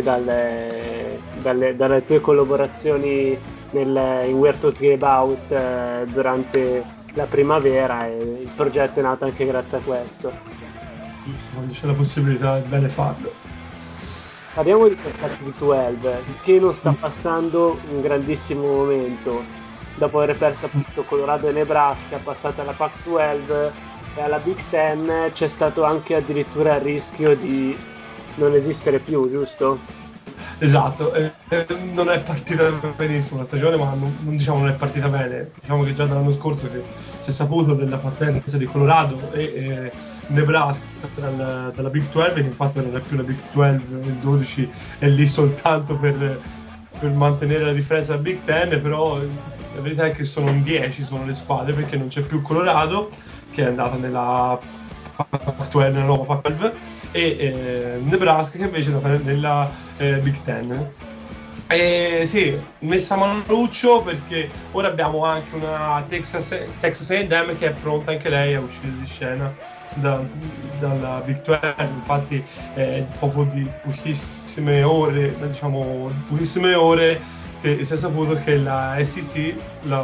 dalle tue collaborazioni in We're Talking About durante la primavera, e il progetto è nato anche grazie a questo. Giusto, quando c'è la possibilità è bene farlo. Parliamo di questa Pac-12 che non sta passando un grandissimo momento. Dopo aver perso appunto Colorado e Nebraska, passata alla Pac-12 e alla Big Ten, c'è stato anche addirittura il rischio di non esistere più, giusto? Esatto, non è partita benissimo la stagione, ma diciamo non è partita bene. Diciamo che già dall'anno scorso che si è saputo della partenza di Colorado e Nebraska dalla Big 12, che infatti non è più la Big 12, il 12 è lì soltanto per mantenere la difesa della Big Ten, però la verità è che sono in 10, sono le squadre, perché non c'è più Colorado, che è andata nella Pac-12, nella nuova Pac-12, e Nebraska, che invece è andata nella Big Ten. E sì, messa a Manuccio, perché ora abbiamo anche una Texas A&M che è pronta anche lei a uscire di scena dalla Big 12. Infatti dopo di pochissime ore, diciamo pochissime ore, che si è saputo che la SEC,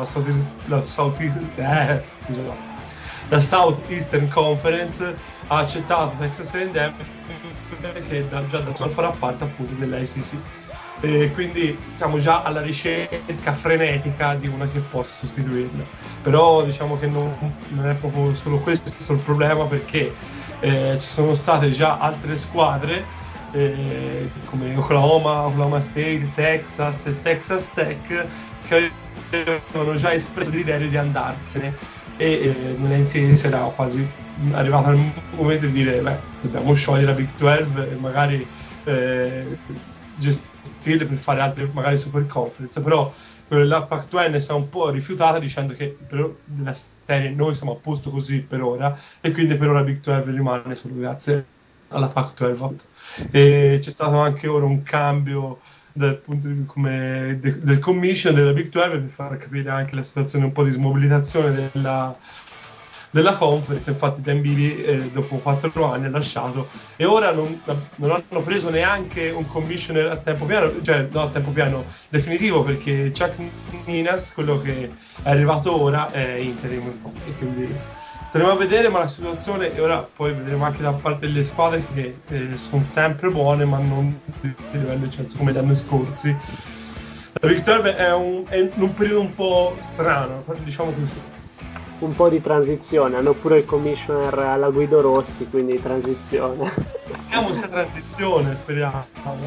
la Southeastern Conference, ha accettato Texas A&M, che già da farà parte appunto della SEC. E quindi siamo già alla ricerca frenetica di una che possa sostituirla. Però diciamo che non è proprio solo questo il problema, perché ci sono state già altre squadre come Oklahoma State, Texas e Texas Tech, che avevano già espresso l'idea di andarsene, e nell'NCAA si era quasi arrivato al momento di dire beh, dobbiamo sciogliere la Big 12 e magari gestirle per fare altre magari super conference. Però la Pac-12 si è un po' rifiutata, dicendo che per la serie noi siamo a posto così per ora, e quindi per ora Big 12 rimane solo grazie alla Pac-12. E c'è stato anche ora un cambio dal punto di vista del commission della Big 12, per far capire anche la situazione un po' di smobilitazione della conference. Infatti Dan Beebe dopo 4 anni ha lasciato, e ora non hanno preso neanche un commissioner a tempo pieno, cioè no, a tempo pieno definitivo, perché Chuck Minas, quello che è arrivato ora, è interim, infatti. Quindi staremo a vedere, ma la situazione, e ora poi vedremo anche da parte delle squadre che sono sempre buone, ma non di livello eccelso come gli anni scorsi. La Big 12 è in un periodo un po' strano, diciamo così. Un po' di transizione, hanno pure il commissioner alla Guido Rossi, quindi transizione. Speriamo sia transizione, speriamo.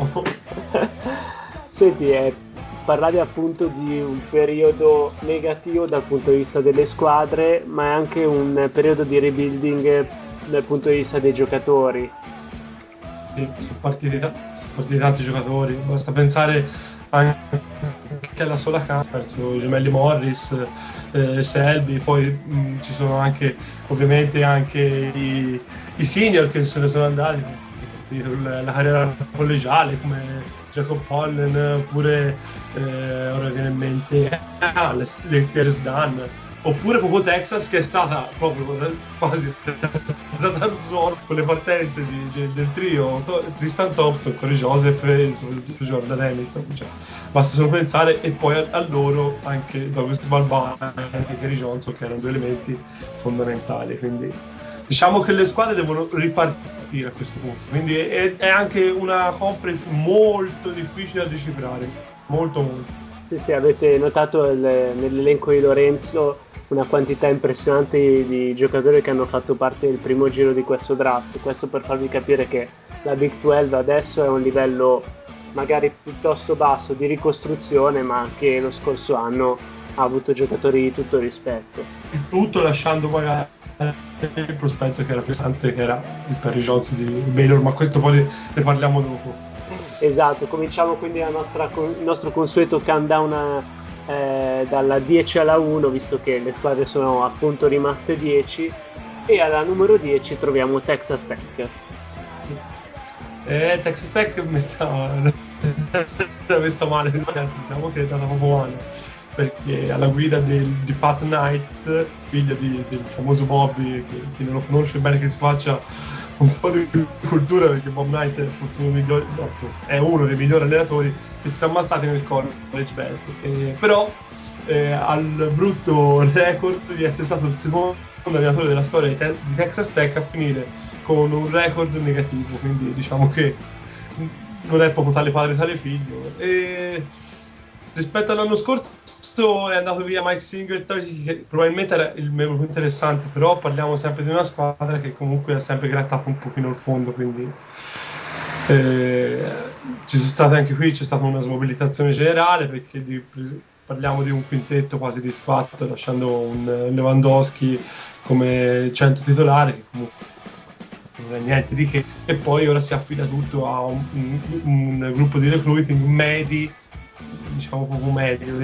Senti, parlavi appunto di un periodo negativo dal punto di vista delle squadre, ma è anche un periodo di rebuilding dal punto di vista dei giocatori. Sì, sono partiti tanti giocatori, basta pensare anche alla sola casa, perso i gemelli Morris, Selby, poi ci sono anche ovviamente anche i senior che se ne sono andati, hanno finito la carriera collegiale, come Jacob Holland, oppure ora viene in mente l'Esteres Dunn, oppure proprio Texas, che è stata proprio quasi stata al suolo con le partenze del trio Tristan Thompson, Corey Joseph e soprattutto Jordan Hamilton. Cioè, basta solo pensare, e poi a loro anche Douglas Balbani e anche Gary Johnson, che erano due elementi fondamentali. Quindi diciamo che le squadre devono ripartire a questo punto, quindi è anche una conference molto difficile da decifrare, molto. Sì, Sì, avete notato nell'elenco di Lorenzo una quantità impressionante di giocatori che hanno fatto parte del primo giro di questo draft. Questo per farvi capire che la Big 12 adesso è a un livello magari piuttosto basso di ricostruzione, ma che lo scorso anno ha avuto giocatori di tutto rispetto. Il tutto lasciando magari il prospetto che era pesante, che era il Perry Jones di Baylor, ma questo poi ne parliamo dopo. Esatto, cominciamo quindi il nostro consueto countdown dalla 10 alla 1, visto che le squadre sono appunto rimaste 10, e alla numero 10 troviamo Texas Tech. Sì. Texas Tech è messa male, ragazzi, diciamo che è andata proprio male, perché alla guida di Pat Knight, figlio del famoso Bobby, che chi non lo conosce bene che si faccia un po' di cultura, perché Bob Knight è forse è uno dei migliori allenatori che ci siamo mai stati nel college basket, però ha il brutto record di essere stato il secondo allenatore della storia di Texas Tech a finire con un record negativo, quindi diciamo che non è proprio tale padre tale figlio. E rispetto all'anno scorso è andato via Mike Singletary, che probabilmente era il meno più interessante, però parliamo sempre di una squadra che comunque ha sempre grattato un pochino il fondo, quindi ci sono state anche qui, c'è stata una smobilitazione generale, perché parliamo di un quintetto quasi disfatto, lasciando un Lewandowski come centro titolare, che comunque non è niente di che, e poi ora si affida tutto a un gruppo di recruiting medi, diciamo proprio medio,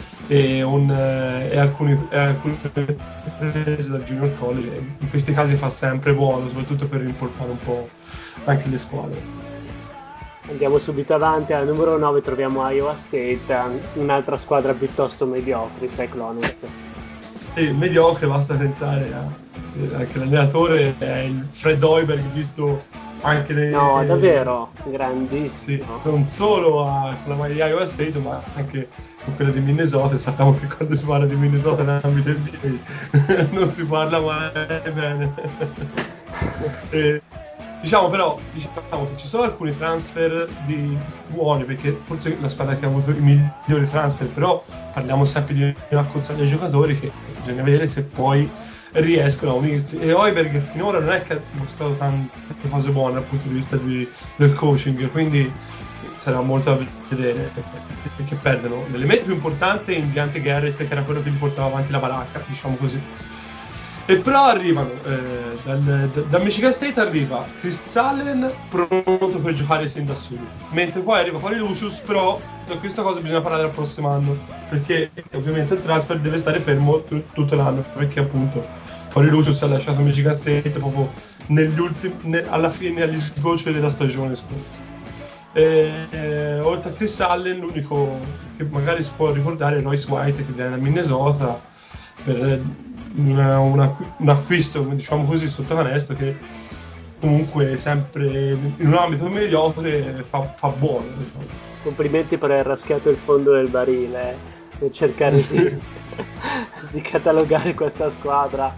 e alcune prese dal junior college. In questi casi fa sempre buono, soprattutto per rimportare un po' anche le squadre. Andiamo subito avanti, alla numero 9 troviamo Iowa State, un'altra squadra piuttosto mediocre, Cyclones. Sì, mediocre, basta pensare anche l'allenatore è il Fred Hoiberg, visto anche No, nei... davvero, Sì, grandissimo. non solo con la maglia di Iowa State, ma anche con quella di Minnesota. E sappiamo che quando si parla di Minnesota nell'ambito NBA non si parla mai bene. E, diciamo che ci sono alcuni transfer buoni, perché forse la squadra che ha avuto i migliori transfer, però parliamo sempre di una cozzaglia di giocatori che bisogna vedere se poi riescono a unirsi. E Hoiberg finora non è che ha mostrato tante cose buone dal punto di vista del coaching, quindi sarà molto da vedere, perché perdono l'elemento più importante in Deante Garrett, che era quello che gli portava avanti la baracca, diciamo così. E però arrivano da Michigan State arriva Chris Allen pronto per giocare sin da subito, mentre poi arriva Corey Lucius, però da questa cosa bisogna parlare al prossimo anno, perché ovviamente il transfer deve stare fermo tutto l'anno, perché appunto Corey Lucius ha lasciato Michigan State proprio alla fine, agli sgoccioli della stagione scorsa. Oltre a Chris Allen, l'unico che magari si può ricordare è Royce White, che viene da Minnesota per un acquisto, diciamo così, sotto canestro, che comunque sempre in un ambito mediocre fa buono, diciamo. Complimenti per aver raschiato il fondo del barile e cercare di catalogare questa squadra,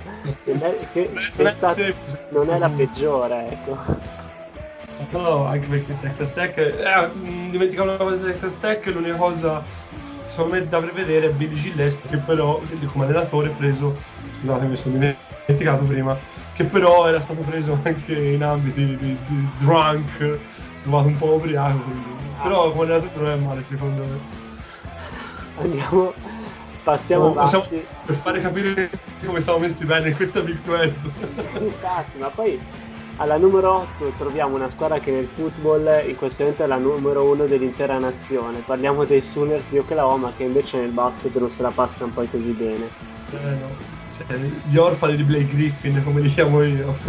non è la peggiore, ecco. No, anche perché Texas Tech, dimenticavo una cosa di Texas Tech, l'unica cosa che secondo me da vedere è Billy Gilles, che però come allenatore preso, scusate mi sono dimenticato prima, che però era stato preso anche in ambiti di drunk, trovato un po' ubriaco, però come allenatore non è male secondo me. Passiamo Siamo avanti. per fare capire come siamo messi bene in questa Big 12. Infatti, ma poi alla numero 8 troviamo una squadra che nel football in questo momento è la numero 1 dell'intera nazione. Parliamo dei Sooners di Oklahoma, che invece nel basket non se la passano poi così bene. No. Cioè, gli orfani di Blake Griffin, come li chiamo io.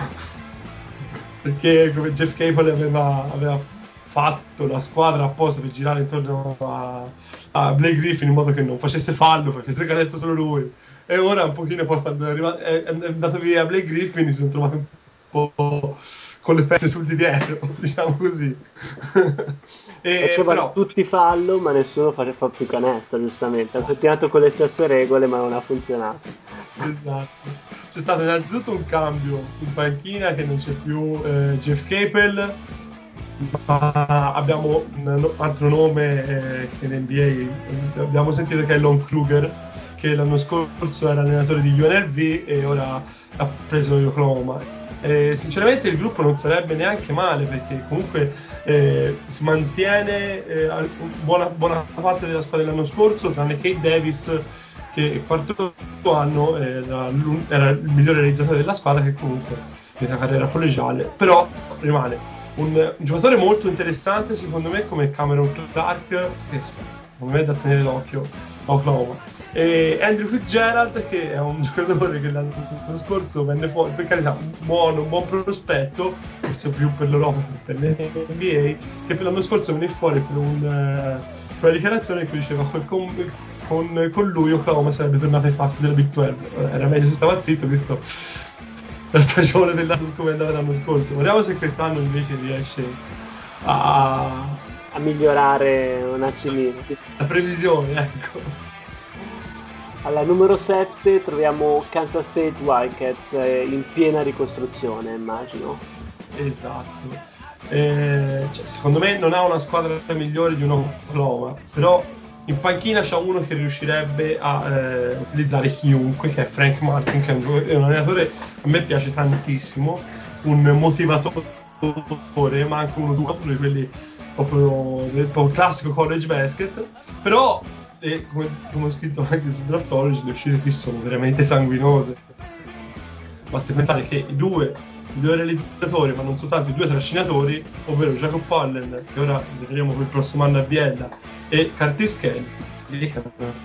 Perché come Jeff Capel aveva fatto la squadra apposta per girare intorno a Blake Griffin in modo che non facesse fallo, facesse canestro solo lui. E ora un pochino poi quando è andato via Blake Griffin si sono trovati un po' con le pezze sul di dietro, diciamo così. Facevano Però tutti fallo, ma nessuno fa più canestro, giustamente. Ha continuato con le stesse regole, ma non ha funzionato. esatto. C'è stato innanzitutto un cambio in panchina, che non c'è più Jeff Capel, ma abbiamo un altro nome che in NBA abbiamo sentito, che è Lon Kruger, che l'anno scorso era allenatore di UNLV e ora ha preso Oklahoma. Sinceramente il gruppo non sarebbe neanche male, perché comunque si mantiene buona parte della squadra dell'anno scorso, tranne Kate Davis, che quarto anno era il migliore realizzatore della squadra, che comunque nella carriera collegiale, però rimane un giocatore molto interessante secondo me come Cameron Clark, che secondo me è da tenere d'occhio a Oklahoma, e Andrew Fitzgerald, che è un giocatore che l'anno scorso venne fuori, per carità, un buon prospetto, forse più per l'Europa che per l'NBA, che per l'anno scorso venne fuori per una dichiarazione in cui diceva che con lui Oklahoma sarebbe tornato ai passi della Big 12. Era meglio se stava zitto, visto la stagione dell'anno come è andata l'anno scorso. Vediamo se quest'anno invece riesce a migliorare un attimino. La previsione, ecco. Alla numero 7 troviamo Kansas State Wildcats, in piena ricostruzione, immagino. Esatto. Secondo me non ha una squadra migliore di un Oklahoma, però in panchina c'è uno che riuscirebbe a utilizzare chiunque, che è Frank Martin, che è un allenatore a me piace tantissimo, un motivatore, ma anche uno di quelli proprio del classico college basket, però come ho scritto anche su Draftology, le uscite qui sono veramente sanguinose. Basti pensare che i due realizzatori, ma non soltanto i due trascinatori, ovvero Jacob Pollen, che ora vedremo per il prossimo anno a Biella, e Curtis Kelly, che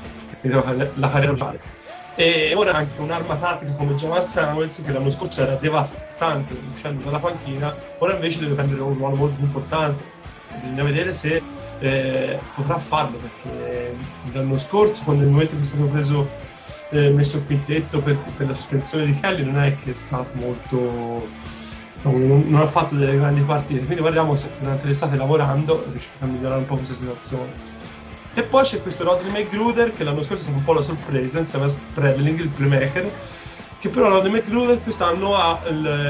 la carriera locale. E ora anche un'arma tattica come Jamal Samuels, che l'anno scorso era devastante uscendo dalla panchina, ora invece deve prendere un ruolo molto importante. Bisogna vedere se potrà farlo, perché l'anno scorso, quando nel momento che è stato messo il quintetto per la sospensione di Kelly, non è che è stato molto, non ha fatto delle grandi partite, quindi guardiamo se durante l'estate lavorando riuscirà a migliorare un po' questa situazione. E poi c'è questo Rodney McGruder, che l'anno scorso è stato un po' la sorpresa insieme a Stradling, il playmaker, che però Rodney McGruder quest'anno ha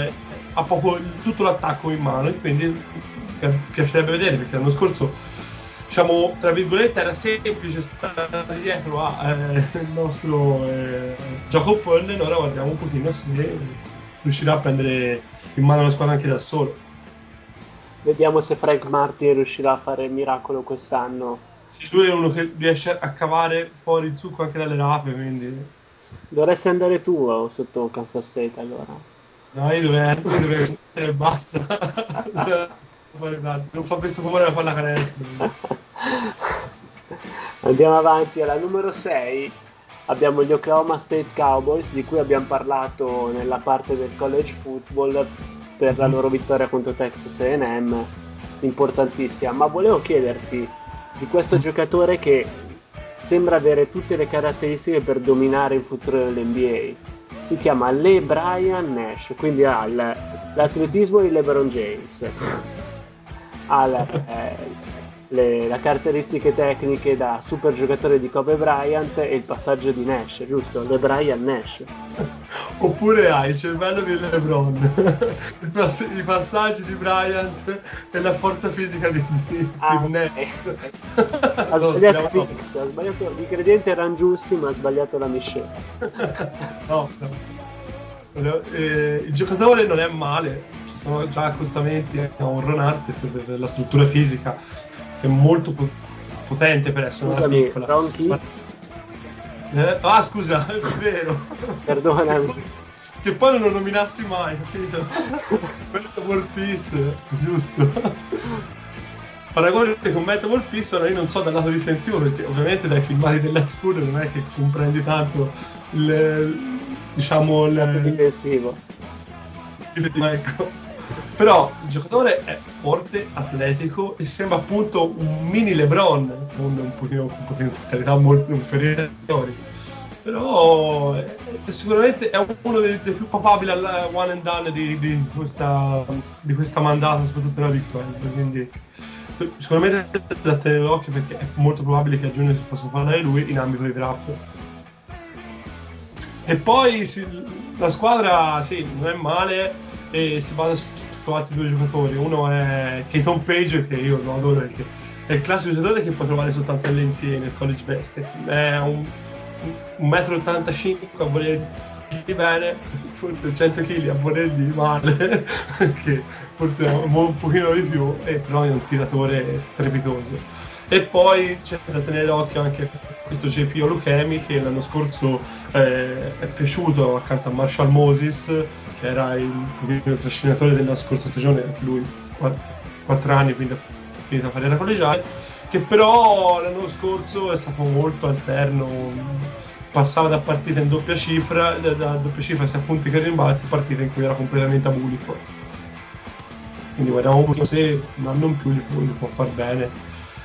tutto l'attacco in mano, e quindi piacerebbe vedere, perché l'anno scorso, diciamo, tra virgolette, era semplice stare dietro il nostro Jacob Pollen. Ora guardiamo un pochino se riuscirà a prendere in mano la squadra anche da solo. Vediamo se Frank Martin riuscirà a fare il miracolo quest'anno. Sì, lui è uno che riesce a cavare fuori il succo anche dalle rape, quindi... Dovresti andare tu sotto Kansas State, allora. No, io dovrei mettere e basta. Non fa questo favore alla pallacanestro. Andiamo avanti, alla numero 6 abbiamo gli Oklahoma State Cowboys, di cui abbiamo parlato nella parte del college football per la loro vittoria contro Texas A&M, importantissima. Ma volevo chiederti di questo giocatore che sembra avere tutte le caratteristiche per dominare il futuro dell'NBA. Si chiama Brian Nash, quindi ha l'atletismo di LeBron James, ha le caratteristiche tecniche da super giocatore di Kobe Bryant e il passaggio di Nash, giusto? Brian Nash. Oppure hai il cervello di LeBron, i passaggi di Bryant e la forza fisica di Steve Nash. Ha sbagliato il mix, ha sbagliato, gli ingredienti erano giusti, ma ha sbagliato la miscela. No. Il giocatore non è male, ci sono già accostamenti a un Ron Artest per la struttura fisica, che è molto potente per essere una Scusami, piccola. Ron chi? Scusa, è vero. Perdonami. Che poi non lo nominassi mai, capito? Meta World Peace, giusto? Paragone con Meta World Peace, ora io non so dal lato difensivo, perché ovviamente dai filmati dell'ex school non è che comprendi tanto diciamo Il lato difensivo. ecco. Però il giocatore è forte, atletico e sembra appunto un mini LeBron, con un pochino con potenzialità molto inferiori. Però sicuramente è uno dei più papabili al one and done di questa mandata, soprattutto nella Big 12. Quindi sicuramente da tenere d'occhio, perché è molto probabile che a giugno si possa parlare di lui in ambito di draft. E poi la squadra sì, non è male, e si basa su altri due giocatori. Uno è Keaton Page, che io lo adoro perché è il classico giocatore che puoi trovare soltanto all'NCAA nel college basket. È un 1,85 m a voler di bene, forse 100 kg a voler di male, che forse è un pochino di più, e però è un tiratore strepitoso. E poi c'è da tenere d'occhio anche questo JP Olukemi, che l'anno scorso è cresciuto accanto a Marshall Moses, che era il trascinatore della scorsa stagione, anche lui 4 anni, quindi ha finito la carriera collegiale, che però l'anno scorso è stato molto alterno, passava da partite in doppia cifra, da doppia cifra sia punti che rimbalzi, partite in cui era completamente abulico. Quindi guardiamo un po' se un anno in più gli può far bene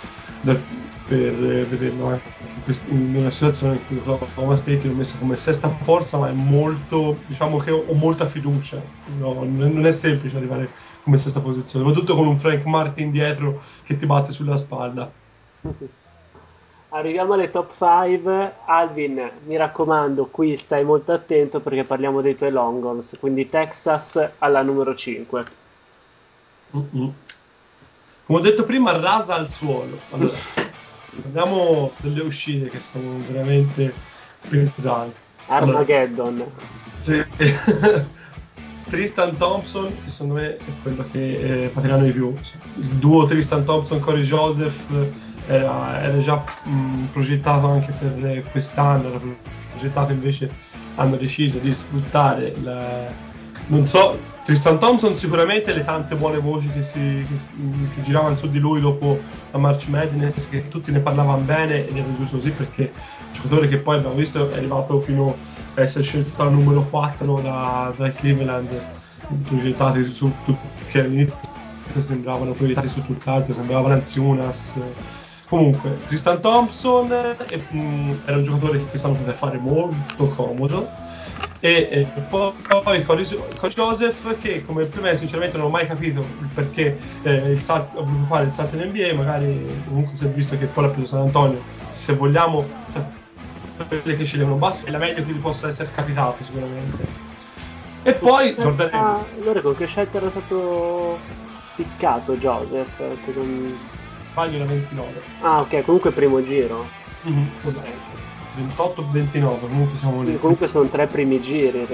per vederlo anche in una situazione in cui Oklahoma State l'ho messa come sesta forza, ma è molto, diciamo che ho molta fiducia. No, non è semplice arrivare come sesta posizione, soprattutto con un Frank Martin dietro che ti batte sulla spalla. Arriviamo alle top 5. Alvin, mi raccomando, qui stai molto attento perché parliamo dei tuoi Longhorns, quindi Texas alla numero 5. Mm-mm. Come ho detto prima, rasa al suolo. Allora, parliamo delle uscite che sono veramente pesanti. Allora, Armageddon. sì. Tristan Thompson, che secondo me è quello che patiranno di più. Il duo Tristan Thompson-Corey Joseph era già progettato anche per quest'anno, era progettato, invece hanno deciso di sfruttare non so, Tristan Thompson sicuramente, le tante buone voci che giravano su di lui dopo la March Madness, che tutti ne parlavano bene, ed era giusto così, perché il giocatore che poi abbiamo visto è arrivato fino a essere scelto al numero 4 da Cleveland, progettati su che all'inizio sembravano proiettati su tutt'altro, sembrava Valanciunas. Comunque, Tristan Thompson era un giocatore che quest'anno poteva fare molto comodo. E poi Corey Joseph, che come per me sinceramente non ho mai capito il perché ha voluto fare il salto in NBA. Magari comunque si è visto che poi l'ha preso San Antonio, se vogliamo, quelle che scegliono basso è la meglio che gli possa essere capitato sicuramente. E poi Jordan Hayward. Allora con che scelta era stato piccato Joseph? Che Sbaglio la 29. Ah, ok, comunque primo giro. Esatto. 28-29, comunque siamo lì. Comunque sono 3 primi giri.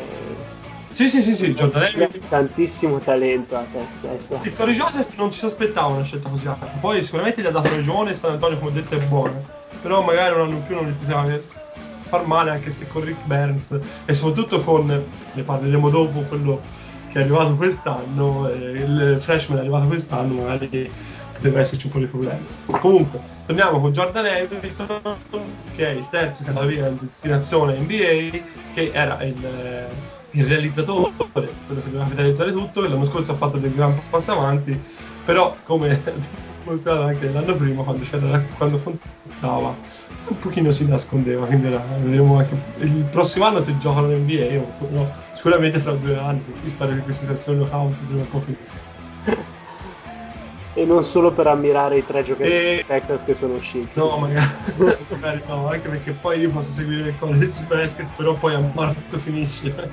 Sì, Jordan Hayward. Tantissimo talento a Texas. Sì, Corey Joseph non ci si aspettava una scelta così alta. Poi sicuramente gli ha dato ragione, San Antonio, come ho detto, è buono. Però magari un anno in più non gli poteva far male, anche se con Rick Barnes e soprattutto con, ne parleremo dopo, quello che è arrivato quest'anno, il freshman è arrivato quest'anno, magari poteva esserci un po' di problemi. Comunque, torniamo con Jordan Hamilton, che è il terzo che andava via in destinazione NBA, che era il realizzatore, quello che doveva realizzare tutto, che l'anno scorso ha fatto dei gran passi avanti, però come dimostrato anche l'anno prima, quando contava, un pochino si nascondeva. Quindi vedremo anche il prossimo anno se giocano in NBA, no, sicuramente tra 2 anni, perché spero che questa situazione lockout prima o poi finisca. E non solo per ammirare i 3 giocatori E di Texas che sono usciti. no, magari no, anche perché poi io posso seguire il college basket, però poi a marzo finisce.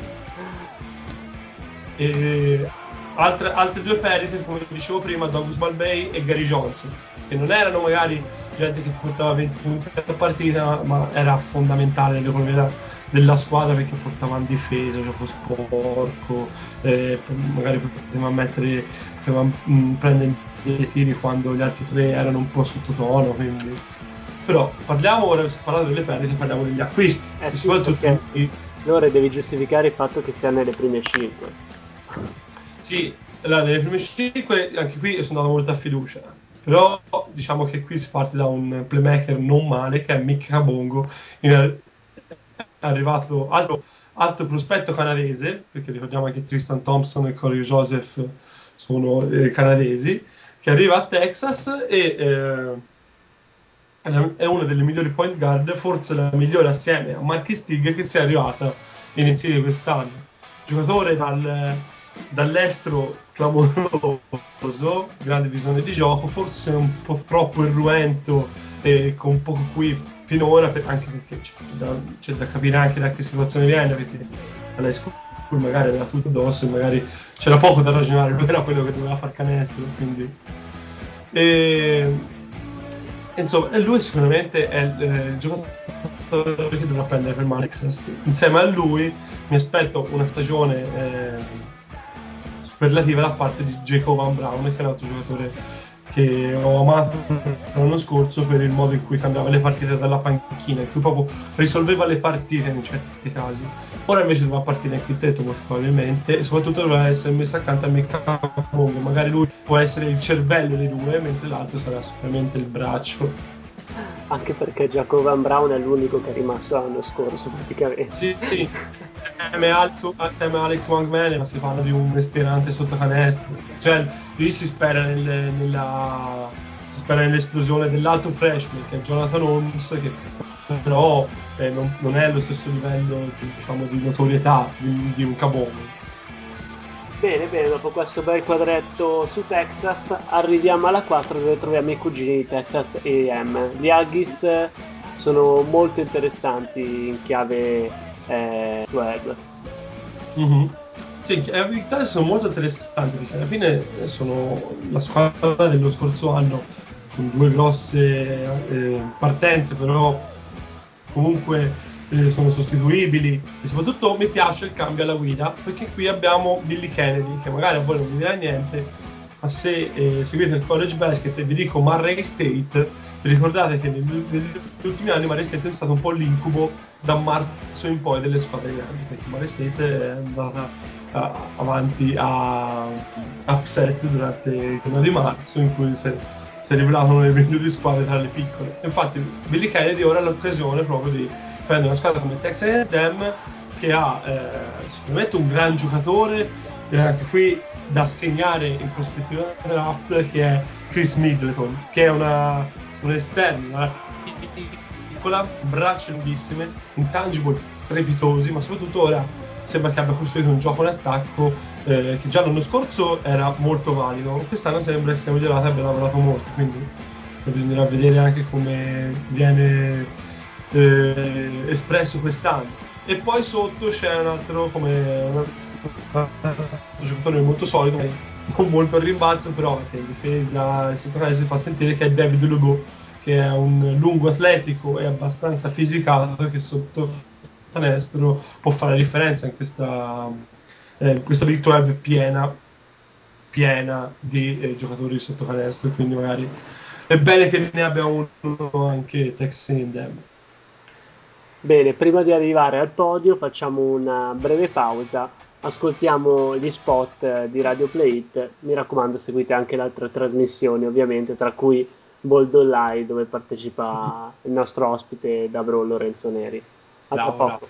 E altre due perdite, come dicevo prima, Douglas Balbay e Gary Johnson, che non erano magari gente che ti portava 20 punti a partita, ma era fondamentale nell'economia della squadra, perché portavano difesa, gioco sporco, magari poteva prendere dei tiri quando gli altri tre erano un po' sottotono. Quindi. Però parliamo ora, se parlato delle perdite, parliamo degli acquisti. Eh E sì, soprattutto perché allora devi giustificare il fatto che sia nelle prime 5. sì, allora, nelle prime 5 anche qui sono dato molta fiducia, però diciamo che qui si parte da un playmaker non male, che è Mika Bongo, è arrivato altro prospetto canadese, perché ricordiamo che Tristan Thompson e Corey Joseph sono canadesi, che arriva a Texas e è una delle migliori point guard, forse la migliore assieme a Marky Stig, che sia arrivata inizio di quest'anno. Giocatore dall'estero clamoroso, grande visione di gioco, forse un po' troppo irruento e con poco qui finora, anche perché c'è da capire anche da che situazione viene, perché all'high school cui magari aveva tutto addosso e magari c'era poco da ragionare, lui era quello che doveva far canestro, quindi... Insomma, e lui sicuramente è il giocatore che dovrà prendere per Texas. Insieme a lui mi aspetto una stagione superlativa da parte di Jacob Van Braun, che è un altro giocatore che ho amato l'anno scorso per il modo in cui cambiava le partite dalla panchina, in cui proprio risolveva le partite in certi casi. Ora invece dovrà partire in quintetto molto probabilmente, e soprattutto dovrà essere messo accanto a Mika Mongo. Magari lui può essere il cervello dei due, mentre l'altro sarà sicuramente il braccio. Anche perché Jacob Van Braun è l'unico che è rimasto l'anno scorso praticamente. Sì, insieme a Alex Wangman, ma si parla di un mestierante sotto canestro. Cioè, lì si spera nell'esplosione dell'altro freshman, che è Jonathan Holmes, che però non è allo stesso livello, diciamo, di notorietà di un Cabone. Bene, dopo questo bel quadretto su Texas arriviamo alla 4 dove troviamo i cugini di Texas A&M. Gli Aggies sono molto interessanti in chiave web. Mm-hmm. Sì, le vittorie sono molto interessanti perché alla fine sono la squadra dello scorso anno con due grosse partenze, però comunque sono sostituibili, e soprattutto mi piace il cambio alla guida perché qui abbiamo Billy Kennedy, che magari a voi non vi dirà niente, ma se seguite il college basket e vi dico Murray State, vi ricordate che negli ultimi anni Murray State è stato un po' l'incubo da marzo in poi delle squadre grandi, perché Murray State è andata avanti a upset durante il torneo di marzo, in cui si è rivelato una delle migliori squadre tra le piccole. Infatti Billy Kennedy ora ha l'occasione proprio di prendere una squadra come Texas A&M, che ha sicuramente un gran giocatore, anche qui da assegnare in prospettiva draft, che è Chris Middleton, che è un esterno, una piccola, braccia lunghissime, intangibles strepitosi, ma soprattutto ora sembra che abbia costruito un gioco in attacco che già l'anno scorso era molto valido, quest'anno sembra che sia migliorato e abbia lavorato molto, quindi bisognerà vedere anche come viene espresso quest'anno. E poi sotto c'è un altro giocatore molto solido, non molto al rimbalzo, però che in difesa e sotto canestro si fa sentire, che è David Lebeau, che è un lungo atletico e abbastanza fisicato, che sotto canestro può fare la differenza in questa Big 12 piena di giocatori sotto canestro, quindi magari è bene che ne abbia uno anche Texas A&M. Bene, prima di arrivare al podio facciamo una breve pausa, ascoltiamo gli spot di Radio Play It. Mi raccomando, seguite anche le altre trasmissioni, ovviamente, tra cui Bold Online, dove partecipa il nostro ospite Dabro Lorenzo Neri. A tra poco.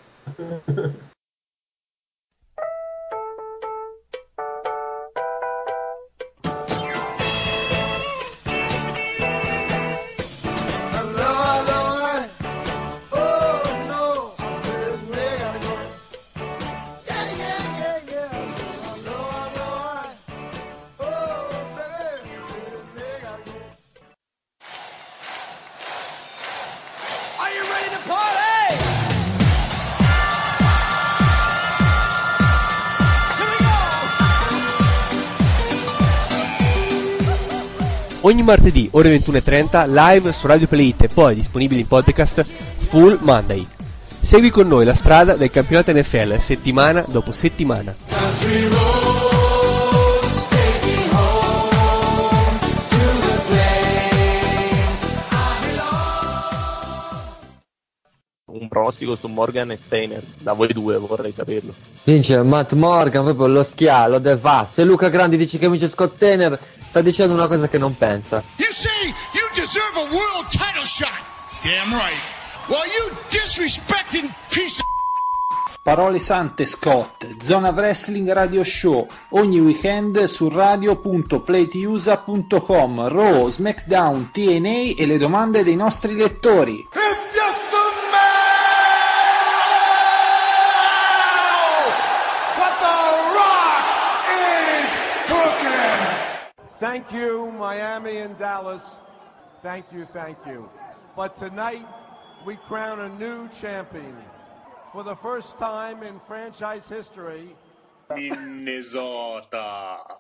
Ogni martedì ore 21:30 live su Radio Play It e poi disponibili in podcast Full Monday. Segui con noi la strada del campionato NFL settimana dopo settimana. Un pronostico su Morgan e Steiner, da voi due vorrei saperlo. Vince Matt Morgan, proprio lo schialo, devasto. E Luca Grandi dice che vince Scott Steiner, sta dicendo una cosa che non pensa. You say you deserve a world title shot. Damn right. Well, you disrespecting piece of... Parole sante Scott, Zona Wrestling Radio Show, ogni weekend su radio.playtiusa.com, Raw, SmackDown, TNA e le domande dei nostri lettori. Thank you, Miami and Dallas. Thank you. But tonight, we crown a new champion. For the first time in franchise history, Minnesota.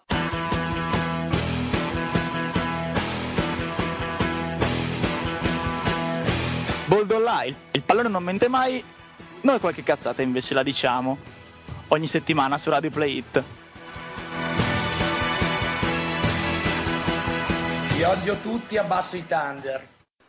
Boldo là, il pallone non mente mai, noi qualche cazzata invece la diciamo ogni settimana su Radio Play It. Vi odio tutti, abbasso i Thunder.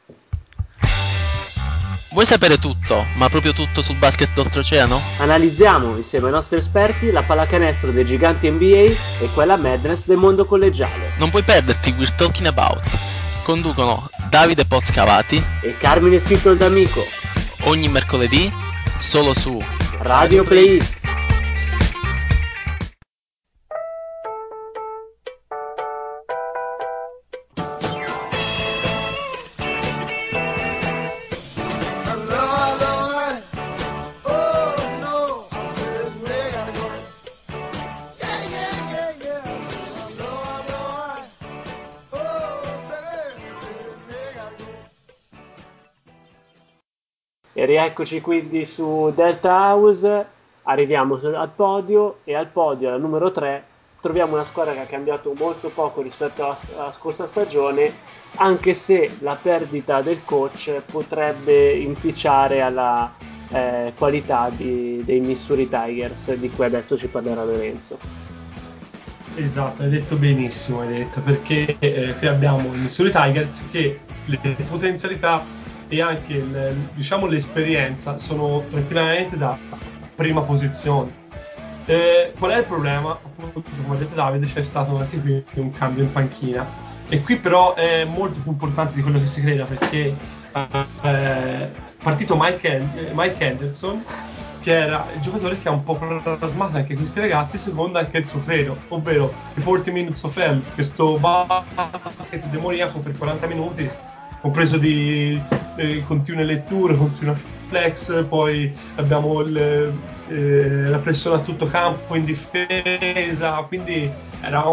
Vuoi sapere tutto, ma proprio tutto sul basket d'oltreoceano? Analizziamo insieme ai nostri esperti la pallacanestro dei giganti NBA e quella madness del mondo collegiale. Non puoi perderti We're Talking About. Conducono Davide Pozcavati e Carmine Scritto d'Amico. Ogni mercoledì solo su Radio Play. E rieccoci quindi su Delta House, arriviamo al podio e al podio, al numero 3, troviamo una squadra che ha cambiato molto poco rispetto alla scorsa stagione, anche se la perdita del coach potrebbe inficiare alla qualità dei Missouri Tigers, di cui adesso ci parlerà Lorenzo. Esatto, hai detto benissimo, perché qui abbiamo i Missouri Tigers che le potenzialità e anche l'esperienza sono tranquillamente da prima posizione. Qual è il problema? Appunto, come ha detto Davide, c'è stato anche qui un cambio in panchina e qui però è molto più importante di quello che si creda, perché è partito Mike Henderson, che era il giocatore che ha un po' plasmato anche questi ragazzi, secondo anche il suo credo, ovvero i 40 minutes of hell, questo basket demoniaco per 40 minuti compreso di continue letture, continua flex, poi abbiamo la pressione a tutto campo in difesa, quindi era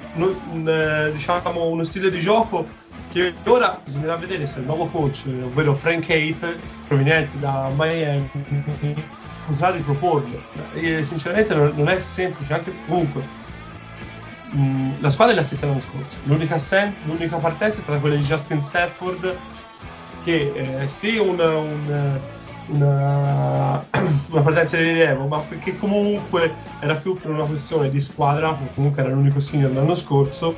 uno stile di gioco che ora bisognerà vedere se il nuovo coach, ovvero Frank Haith, proveniente da Miami, potrà riproporlo. Sinceramente non è semplice, anche comunque la squadra è la stessa l'anno scorso, l'unica partenza è stata quella di Justin Safford, che sì una partenza di rilievo, ma perché comunque era più per una questione di squadra, perché comunque era l'unico senior l'anno scorso,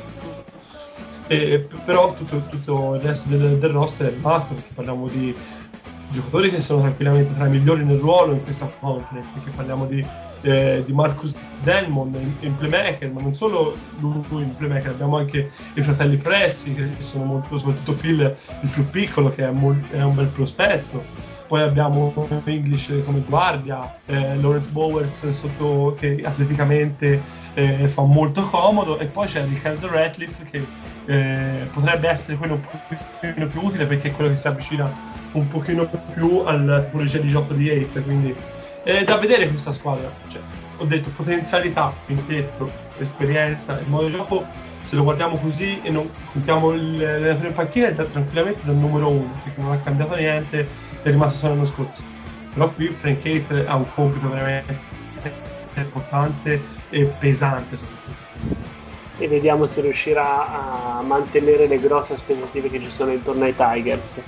però tutto il resto del roster è rimasto, perché parliamo di giocatori che sono tranquillamente tra i migliori nel ruolo in questa conference, perché parliamo di Marcus Denmon in playmaker, ma non solo lui in playmaker, abbiamo anche i fratelli Pressi, che sono molto, soprattutto Phil il più piccolo, che è un bel prospetto. Poi abbiamo English come guardia, Lawrence Bowers sotto, che atleticamente fa molto comodo, e poi c'è Ricardo Ratliff che potrebbe essere quello un pochino più utile, perché è quello che si avvicina un pochino più alla tipologia di gioco di Haith, quindi da vedere questa squadra. Cioè, ho detto potenzialità, quintetto, esperienza, il modo di gioco, se lo guardiamo così e non contiamo l'allenatore in panchina, è tranquillamente dal numero 1, perché non ha cambiato niente, è rimasto solo l'anno scorso. Però qui Frank Haith ha un compito veramente importante e pesante soprattutto. E vediamo se riuscirà a mantenere le grosse aspettative che ci sono intorno ai Tigers.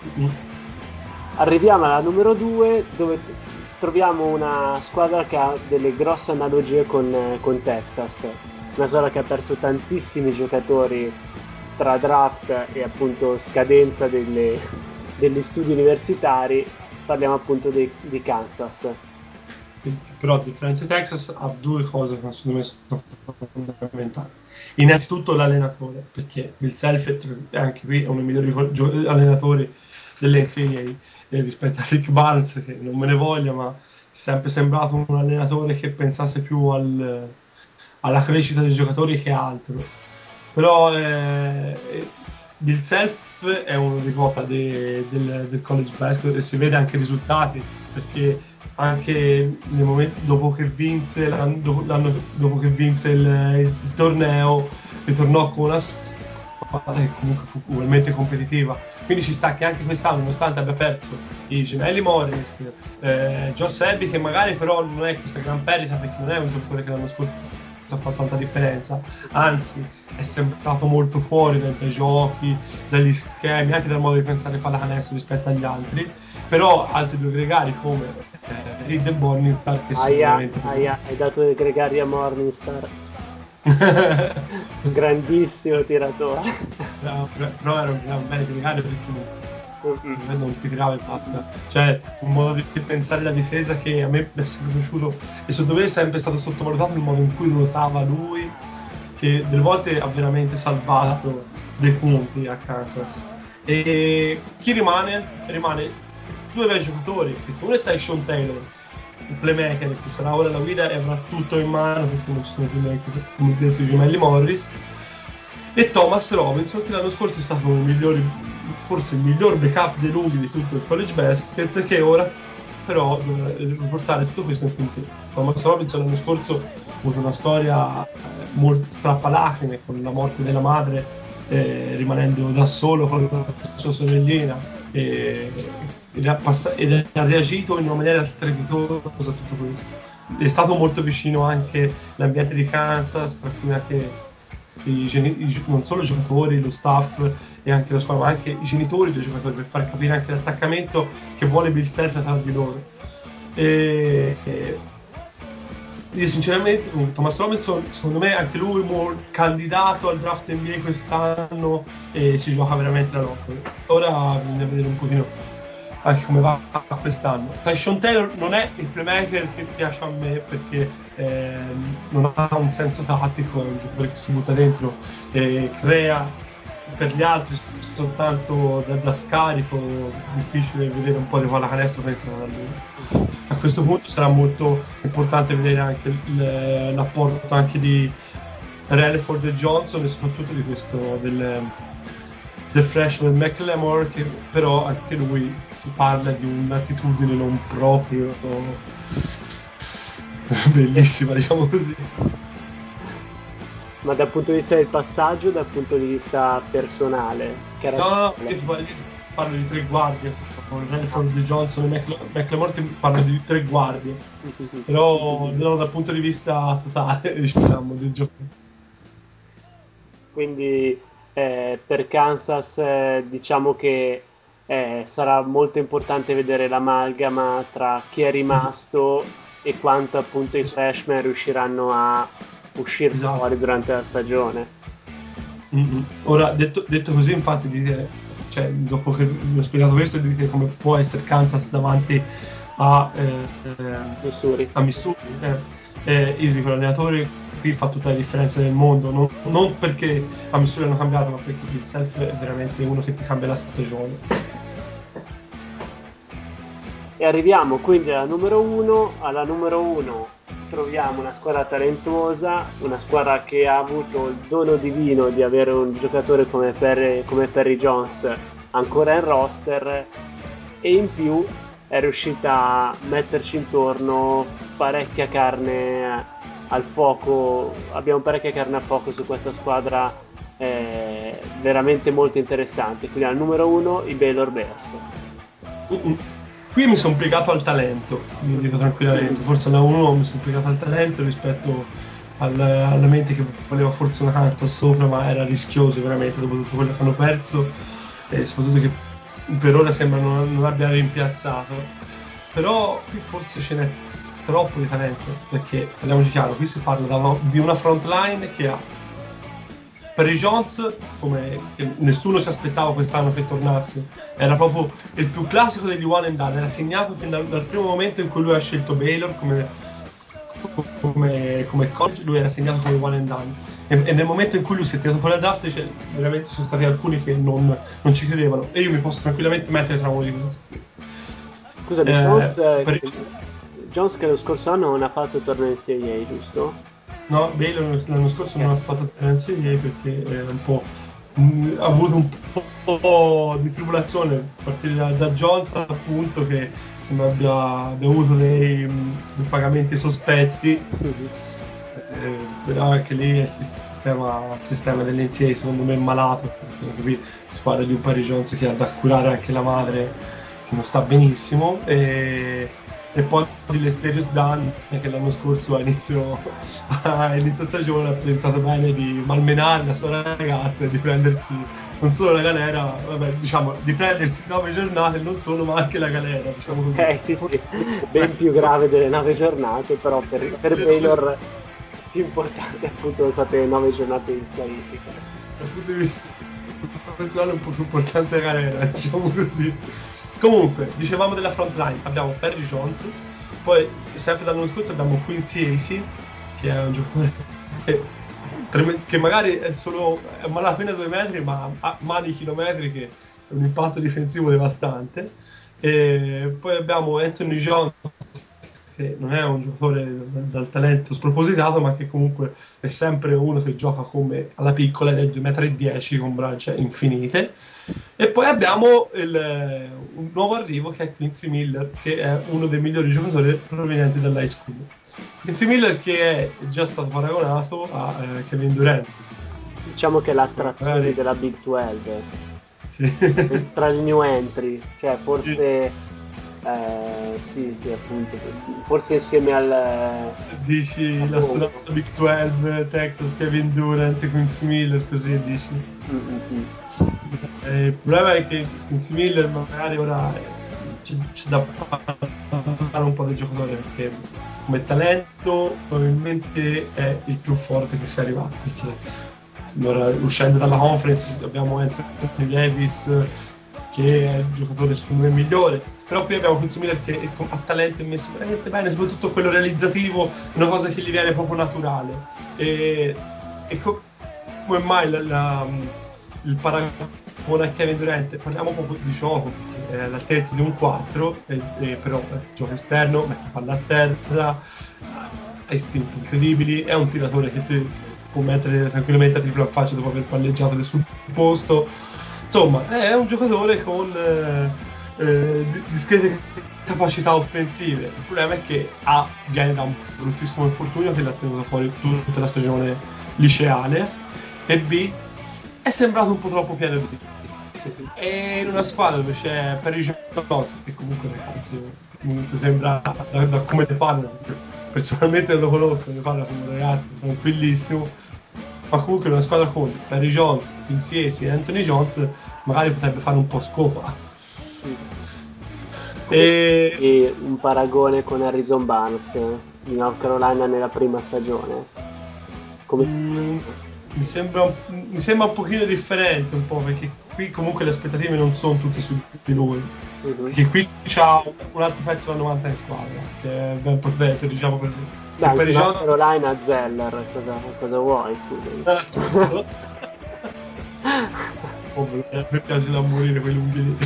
Arriviamo alla numero 2, dove troviamo una squadra che ha delle grosse analogie con Texas, una squadra che ha perso tantissimi giocatori tra draft e appunto scadenza degli studi universitari. Parliamo appunto di Kansas. Sì, però a differenza di Texas ha due cose che secondo me sono fondamentali. Innanzitutto l'allenatore, perché Bill Self è anche qui uno dei migliori allenatori dell'NCAA rispetto a Rick Barnes, che non me ne voglia, ma è sempre sembrato un allenatore che pensasse più alla crescita dei giocatori che altro. Però Bill Self è uno dei quota del college basketball, e si vede anche i risultati, perché anche nel momento dopo che vinse il torneo, ritornò con una squadra che comunque fu ugualmente competitiva, quindi ci sta che anche quest'anno, nonostante abbia perso i gemelli Morris, Josh Selby, che magari però non è questa gran perdita perché non è un giocatore che l'anno scorso ha fatto tanta differenza, anzi è sembrato molto fuori dai giochi, dagli schemi, anche dal modo di pensare pallacanestro rispetto agli altri, però altri due gregari come Reed e Morningstar che sono veramente pesanti. Hai dato del gregario a Morningstar. Grandissimo tiratore. Però era un gran bel gregario perché non ti tirava e basta, cioè un modo di pensare la difesa che a me mi è sempre piaciuto, e secondo me è sempre stato sottovalutato il modo in cui ruotava lui, che delle volte ha veramente salvato dei punti a Kansas. E chi rimane due bei giocatori, perché uno è Tyshon Taylor, il playmaker, che sarà ora la guida e avrà tutto in mano perché non ci sono più neanche, come detto, i gemelli Morris, e Thomas Robinson, che l'anno scorso è stato uno dei migliori, forse il miglior backup dei lunghi di tutto il college basket, che ora però deve portare tutto questo in quintetto. Thomas Robinson l'anno scorso ha avuto una storia molto strappalacrime con la morte della madre, rimanendo da solo con la sua sorellina, ed ha reagito in una maniera strepitosa a tutto questo. È stato molto vicino anche l'ambiente di Kansas, tra cui anche non solo i giocatori, lo staff e anche la squadra, ma anche i genitori dei giocatori, per far capire anche l'attaccamento che vuole Bill Self tra di loro. Io sinceramente Thomas Robinson, secondo me anche lui candidato al draft NBA quest'anno, e si gioca veramente la notte. Ora bisogna vedere un pochino anche come va quest'anno. Tyshon Taylor non è il playmaker che piace a me perché non ha un senso tattico, è un giocatore che si butta dentro e crea per gli altri soltanto da scarico, difficile vedere un po' di pallacanestro pensando da lui. A questo punto sarà molto importante vedere anche l'apporto anche di Releford e Johnson, e soprattutto di questo del freshman McLemore, che però anche lui si parla di un'attitudine non proprio bellissima, diciamo così. Ma dal punto di vista del passaggio, dal punto di vista personale? No, io parlo di tre guardie, con Releford, Johnson e McLemore parlo di tre guardie, però no, dal punto di vista totale, diciamo, del gioco. Quindi per Kansas diciamo che sarà molto importante vedere l'amalgama tra chi è rimasto e quanto appunto i freshman riusciranno a uscire fuori durante la stagione. Ora, detto così, infatti, cioè, dopo che vi ho spiegato questo, dite come può essere Kansas davanti a Missouri. Io dico, l'allenatore qui fa tutta la differenza del mondo, non perché a Missouri hanno cambiato, ma perché il Self è veramente uno che ti cambia la stagione. E arriviamo quindi alla numero 1. Alla numero 1 troviamo una squadra talentuosa, una squadra che ha avuto il dono divino di avere un giocatore come Perry Jones ancora in roster, e in più è riuscita a metterci intorno parecchia carne al fuoco. Abbiamo parecchia carne al fuoco su questa squadra veramente molto interessante. Quindi al numero 1 i Baylor Bears. Qui mi sono piegato al talento, mi dico tranquillamente, forse alla 1 mi sono piegato al talento rispetto alla mente che voleva forse una Kansas sopra, ma era rischioso veramente dopo tutto quello che hanno perso, e soprattutto che per ora sembra non abbia rimpiazzato. Però qui forse ce n'è troppo di talento, perché parliamoci chiaro, qui si parla di una front line che ha Perry Jones, come che nessuno si aspettava quest'anno che tornasse, era proprio il più classico degli one and done, era segnato fin dal primo momento in cui lui ha scelto Baylor come college, lui era segnato come one and done, e nel momento in cui lui si è tirato fuori al draft, cioè, veramente sono stati alcuni che non ci credevano, e io mi posso tranquillamente mettere tra uno di questi. Scusami, Jones che lo scorso anno non ha fatto il torneo in Serie A, giusto? No, Baylor l'anno scorso non ha fatto NCAA perché è un po' ha avuto un po' di tribolazione a partire da Jones, appunto, che sembra abbia avuto dei pagamenti sospetti, Però anche lì il sistema dell'NCAA secondo me è malato, perché qui si parla di un Perry Jones che ha da curare anche la madre che non sta benissimo, e poi di Lesterius Dunn che l'anno scorso a inizio stagione ha pensato bene di malmenare la sua ragazza e di prendersi non solo la galera, vabbè, diciamo di prendersi 9 giornate, non solo ma anche la galera, diciamo così. Sì, ben più grave delle 9 giornate, però per Baylor più importante appunto, lo sapete, 9 giornate di squalifica. Dal punto di vista professionale è un po' più importante la galera, diciamo così. Comunque, dicevamo della front line, abbiamo Perry Jones, poi sempre dall'anno scorso abbiamo Quincy Acey, che è un giocatore che magari è a malapena 2 metri, ma ha mani chilometriche, un impatto difensivo devastante. E poi abbiamo Anthony Jones, che non è un giocatore dal talento spropositato, ma che comunque è sempre uno che gioca come alla piccola ed è 2,10 m con braccia infinite. E poi abbiamo un nuovo arrivo che è Quincy Miller, che è uno dei migliori giocatori provenienti dall'high school. Quincy Miller che è già stato paragonato a Kevin Durant. Diciamo che è l'attrazione della Big 12. Sì. Tra gli new entry, cioè forse... Sì, appunto, forse insieme al... Dici l'assonanza Big 12, Texas, Kevin Durant, Quincy Miller, così dici? Il problema è che Quincy Miller magari ora c'è da parlare un po' del giocatore, perché come talento probabilmente è il più forte che sia arrivato, perché ora, uscendo dalla conference abbiamo Anthony Davis che è il giocatore secondo me migliore, però qui abbiamo Quincy Miller che ha talento e messo veramente bene, soprattutto quello realizzativo, una cosa che gli viene proprio naturale. E come mai il paragone a Kevin Durant? Parliamo proprio di gioco, perché è all'altezza di un 4, però gioco esterno, mette palla a terra, ha istinti incredibili, è un tiratore che ti può mettere tranquillamente a tripla faccia dopo aver palleggiato sul posto. Insomma, è un giocatore con discrete capacità offensive. Il problema è che viene da un bruttissimo infortunio che l'ha tenuto fuori tutta la stagione liceale, e B è sembrato un po' troppo pieno di e in una squadra dove c'è Perry Jones, che comunque ragazzi comunque sembra da come ne parla, personalmente non lo conosco, ne parla come un ragazzo tranquillissimo, ma comunque una squadra con Perry Jones, Quincy Acey e Anthony Jones magari potrebbe fare un po' scopa. E un paragone con Harrison Barnes di North Carolina nella prima stagione? Mi sembra un pochino differente, un po', perché qui comunque le aspettative non sono tutte su di lui, perché qui c'ha un altro pezzo da 90 in squadra che è ben potente, diciamo così. Dai, per North Carolina Zeller, cosa vuoi? Giusto. Mi piace da morire quei lunghi.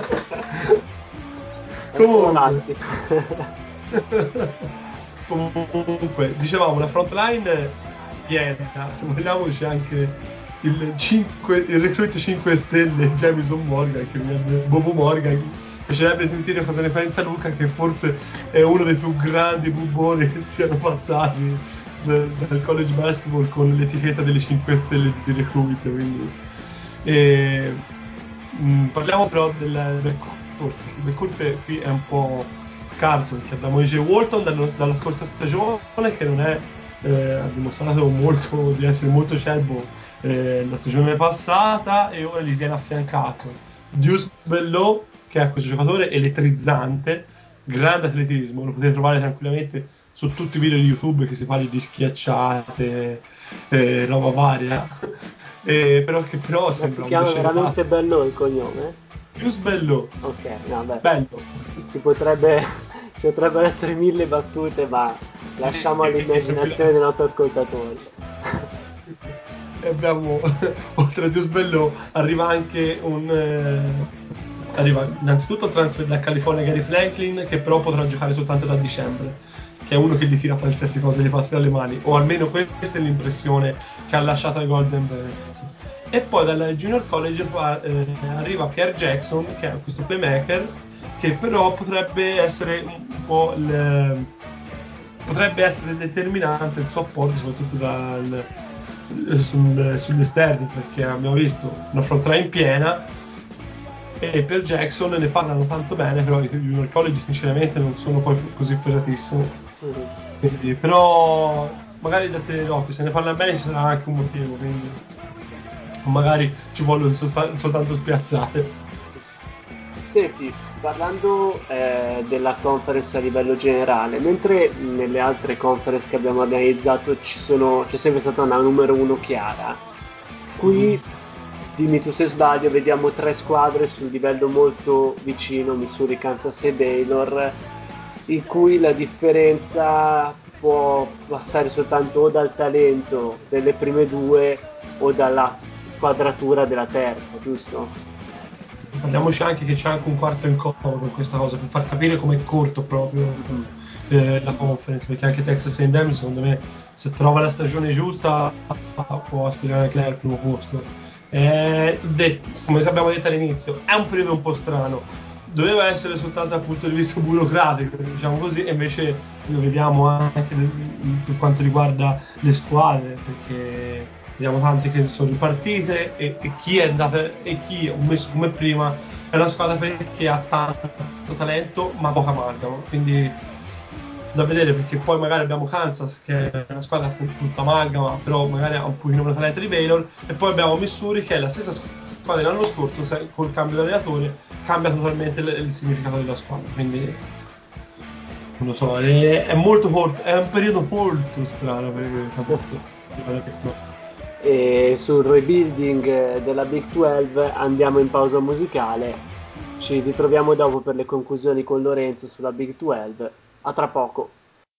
Comunque, dicevamo, la front line piena, se vogliamo c'è anche il recruit 5 stelle Jamison Morgan, Bobo Morgan, mi piacerebbe sentire cosa ne pensa Luca, che forse è uno dei più grandi bubboni che siano passati dal college basketball con l'etichetta delle 5 stelle di recruit, quindi parliamo però del backcourt. Il backcourt qui è un po' scarso, perché abbiamo AJ Walton dalla scorsa stagione che non è ha dimostrato di essere molto celbo la stagione passata, e ora gli viene affiancato Deuce Belleau, che è questo giocatore elettrizzante, grande atletismo, lo potete trovare tranquillamente su tutti i video di YouTube che si parli di schiacciate, roba varia, però sembra si chiama veramente Bello il cognome? Deuce Belleau. Ok, no, beh, bello. Ci potrebbero essere 1000 battute, ma lasciamo all'immaginazione dei nostri ascoltatori. E abbiamo, oltre a Deuce Belleau, arriva anche arriva innanzitutto il transfer da California Gary Franklin, che però potrà giocare soltanto da dicembre, che è uno che gli tira qualsiasi cosa gli passi dalle mani, o almeno questa è l'impressione che ha lasciato ai Golden Bears. E poi dal Junior College arriva Pierre Jackson, che è questo playmaker, che però potrebbe essere un po' potrebbe essere determinante il suo apporto, soprattutto sugli esterni, perché abbiamo visto una front line piena, e per Jackson ne parlano tanto bene, però i junior college sinceramente non sono poi così ferratissimi. Quindi, però magari da tenere d'occhio, se ne parla bene ci sarà anche un motivo, quindi magari ci vuole soltanto spiazzare. Senti, parlando della conference a livello generale, mentre nelle altre conference che abbiamo organizzato c'è sempre stata una numero uno chiara, qui, dimmi tu se sbaglio, vediamo 3 squadre sul livello molto vicino, Missouri, Kansas e Baylor, in cui la differenza può passare soltanto o dal talento delle prime due o dalla quadratura della terza, giusto? Parliamoci anche che c'è anche un quarto incomodo in questa cosa, per far capire com'è corto proprio la conference, perché anche Texas A&M secondo me, se trova la stagione giusta, può aspirare anche lei al primo posto. Come abbiamo detto all'inizio, è un periodo un po' strano, doveva essere soltanto dal punto di vista burocratico, diciamo così, e invece lo vediamo anche per quanto riguarda le squadre, perché vediamo tante che sono ripartite e chi è chi ho messo come prima è una squadra che ha tanto talento ma poca amalgama, quindi da vedere, perché poi magari abbiamo Kansas che è una squadra tutta amalgama, però magari ha un pochino meno talento di Baylor, e poi abbiamo Missouri che è la stessa squadra dell'anno scorso, col cambio di allenatore cambia totalmente il significato della squadra, quindi non lo so, è molto corto, è un periodo molto strano E sul rebuilding della Big 12 andiamo in pausa musicale, ci ritroviamo dopo per le conclusioni con Lorenzo sulla Big 12. A tra poco.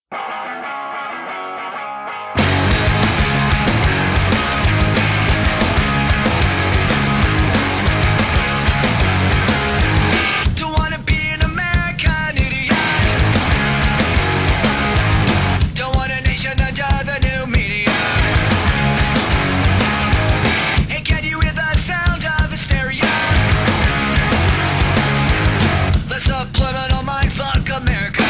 Subliminal mindfuck America.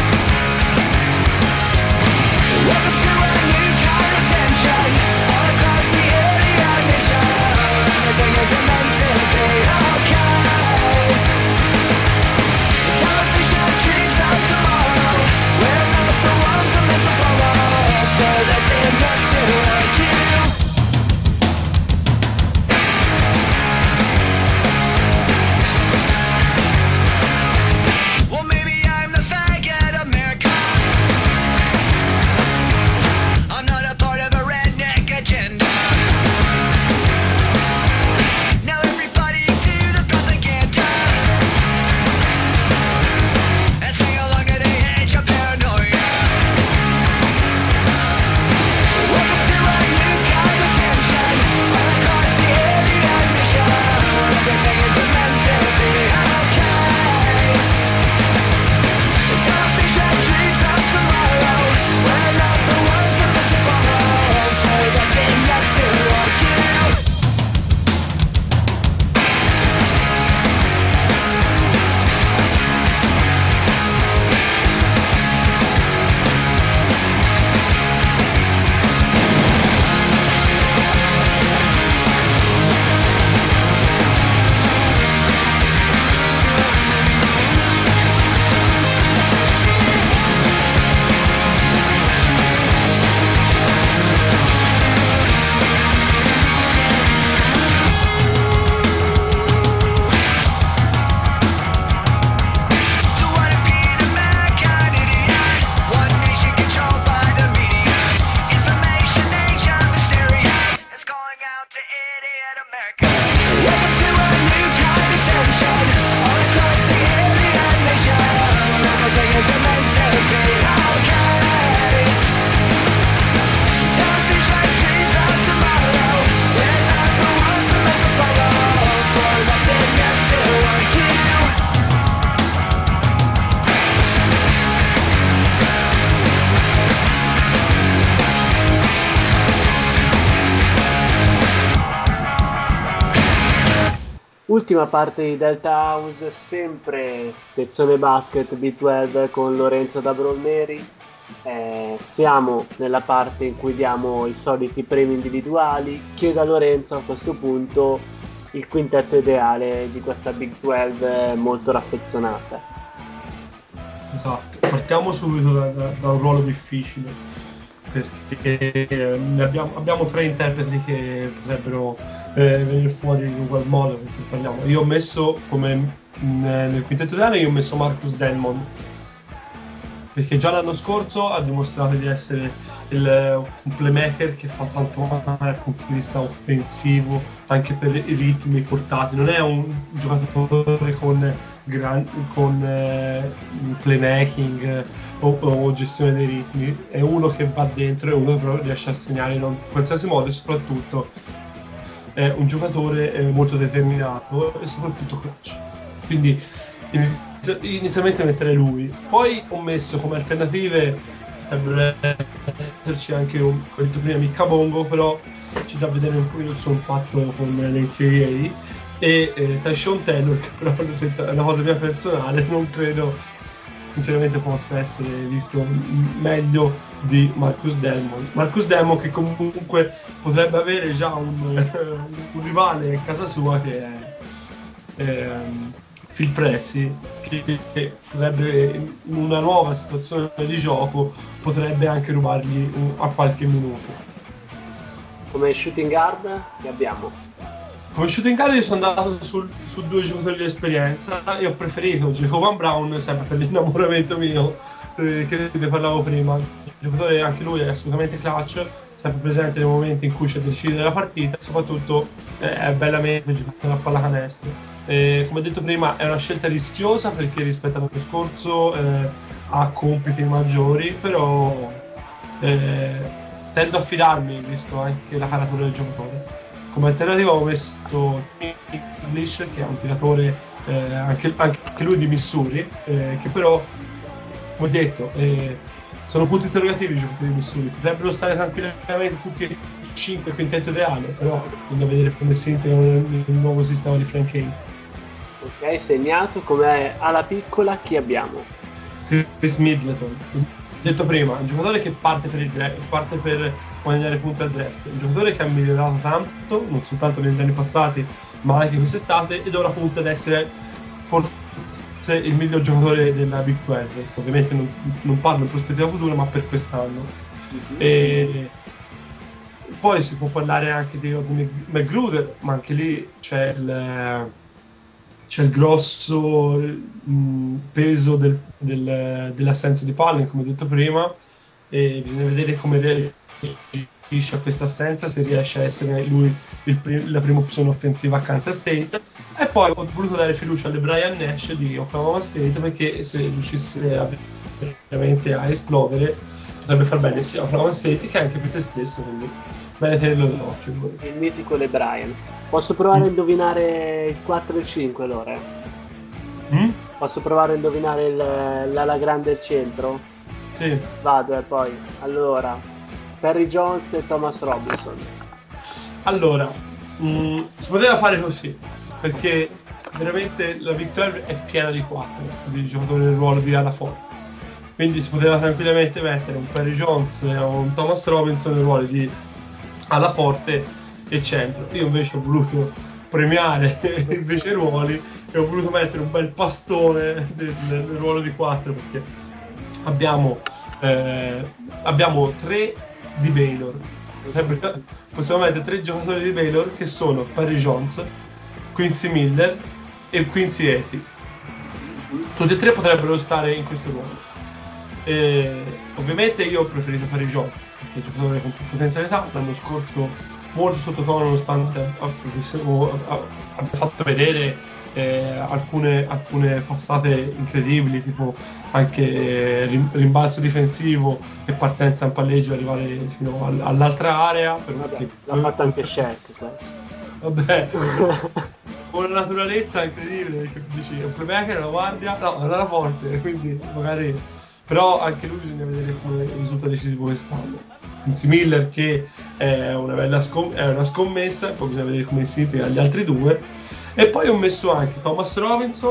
Ultima parte di Delta House, sempre sezione basket B12 con Lorenzo da Brolneri. siamo nella parte in cui diamo i soliti premi individuali. Chiedo a Lorenzo a questo punto il quintetto ideale di questa Big 12 molto raffezzonata. Esatto, partiamo subito da un ruolo difficile, perché abbiamo 3 interpreti che potrebbero venire fuori in ugual modo, perché io ho messo nel quintetto ideale, io ho messo Marcus Denmon, perché già l'anno scorso ha dimostrato di essere un playmaker che fa tanto male dal punto di vista offensivo, anche per i ritmi portati. Non è un giocatore con playmaking o gestione dei ritmi, è uno che va dentro, è uno che però riesce a segnare in qualsiasi modo, e soprattutto è un giocatore molto determinato e soprattutto clutch. Quindi inizialmente mettere lui, poi ho messo come alternative, potrebbero esserci anche, come ho detto prima, Micca Bongo, però c'è da vedere un po' il suo impatto con l'NCAA, e Tyshon Taylor, che però è una cosa mia personale, non credo sinceramente possa essere visto meglio di Marcus Denmon, che comunque potrebbe avere già un rivale a casa sua, che è Phil Pressey, che potrebbe, in una nuova situazione di gioco, potrebbe anche rubargli a qualche minuto. Come shooting guard che abbiamo? Come shooting guard io sono andato su 2 giocatori di esperienza e ho preferito Jacoban Brown, sempre per l'innamoramento mio, che ne parlavo prima. Il giocatore, anche lui, è assolutamente clutch, sempre presente nei momenti in cui c'è da decidere la partita, e soprattutto è bellamente giocato a pallacanestro. Come detto prima, è una scelta rischiosa, perché rispetto all'anno scorso ha compiti maggiori, però tendo a fidarmi, visto anche la caratura del giocatore. Come alternativa ho messo English, che è un tiratore anche lui di Missouri, che però, come detto, sono punti interrogativi i giocatori di Missouri. Potrebbero stare tranquillamente tutti e 5 quintetto ideale, però bisogna vedere come si integrano nel nuovo sistema di Frank Kane. Ok, segnato. Come alla piccola chi abbiamo? Chris Middleton, detto prima, un giocatore che parte per guadagnare punti al draft, un giocatore che ha migliorato tanto, non soltanto negli anni passati ma anche quest'estate, ed ora punta ad essere forse il miglior giocatore della Big 12. Ovviamente non parlo in prospettiva futura, ma per quest'anno. E poi si può parlare anche di Rodney McGruder, ma anche lì c'è il grosso peso dell'assenza di Pallen, come detto prima, e bisogna vedere come reagisce a questa assenza, se riesce a essere lui la prima opzione offensiva a Kansas State. E poi ho voluto dare fiducia alle Brian Nash di Oklahoma State, perché se riuscisse veramente a esplodere potrebbe far bene sia a Oklahoma State che anche per se stesso, quindi bene tenerlo d'occhio. Il mitico LeBron. Posso provare a indovinare il 4 e il 5 allora? Posso provare a indovinare l'ala grande al centro? Sì. Vado poi. Allora, Perry Jones e Thomas Robinson. Allora, si poteva fare così, perché veramente la Big 12 è piena di 4 di giocatori nel ruolo di ala forte. Quindi si poteva tranquillamente mettere un Perry Jones o un Thomas Robinson nel ruolo di ala forte e centro. Io invece ho voluto premiare invece i ruoli e ho voluto mettere un bel pastone nel ruolo di 4, perché abbiamo 3 di Baylor. Possiamo mettere 3 giocatori di Baylor, che sono Perry Jones, Quincy Miller e Quincy Acey. Tutti e 3 potrebbero stare in questo ruolo. Ovviamente io ho preferito Perry Jones, perché è un giocatore con più potenzialità. L'anno scorso molto sottotono, nonostante abbia fatto vedere alcune passate incredibili, tipo anche rimbalzo difensivo e partenza in palleggio, arrivare fino all'altra area. L'ha fatto anche Shaq questo. Vabbè, con una naturalezza incredibile, perché dici è un playmaker, è una guardia, no, è una forte, quindi magari, però anche lui bisogna vedere come risulta decisivo quest'anno. Quincy Miller, che è una bella è una scommessa, poi bisogna vedere come si integra agli altri 2. E poi ho messo anche Thomas Robinson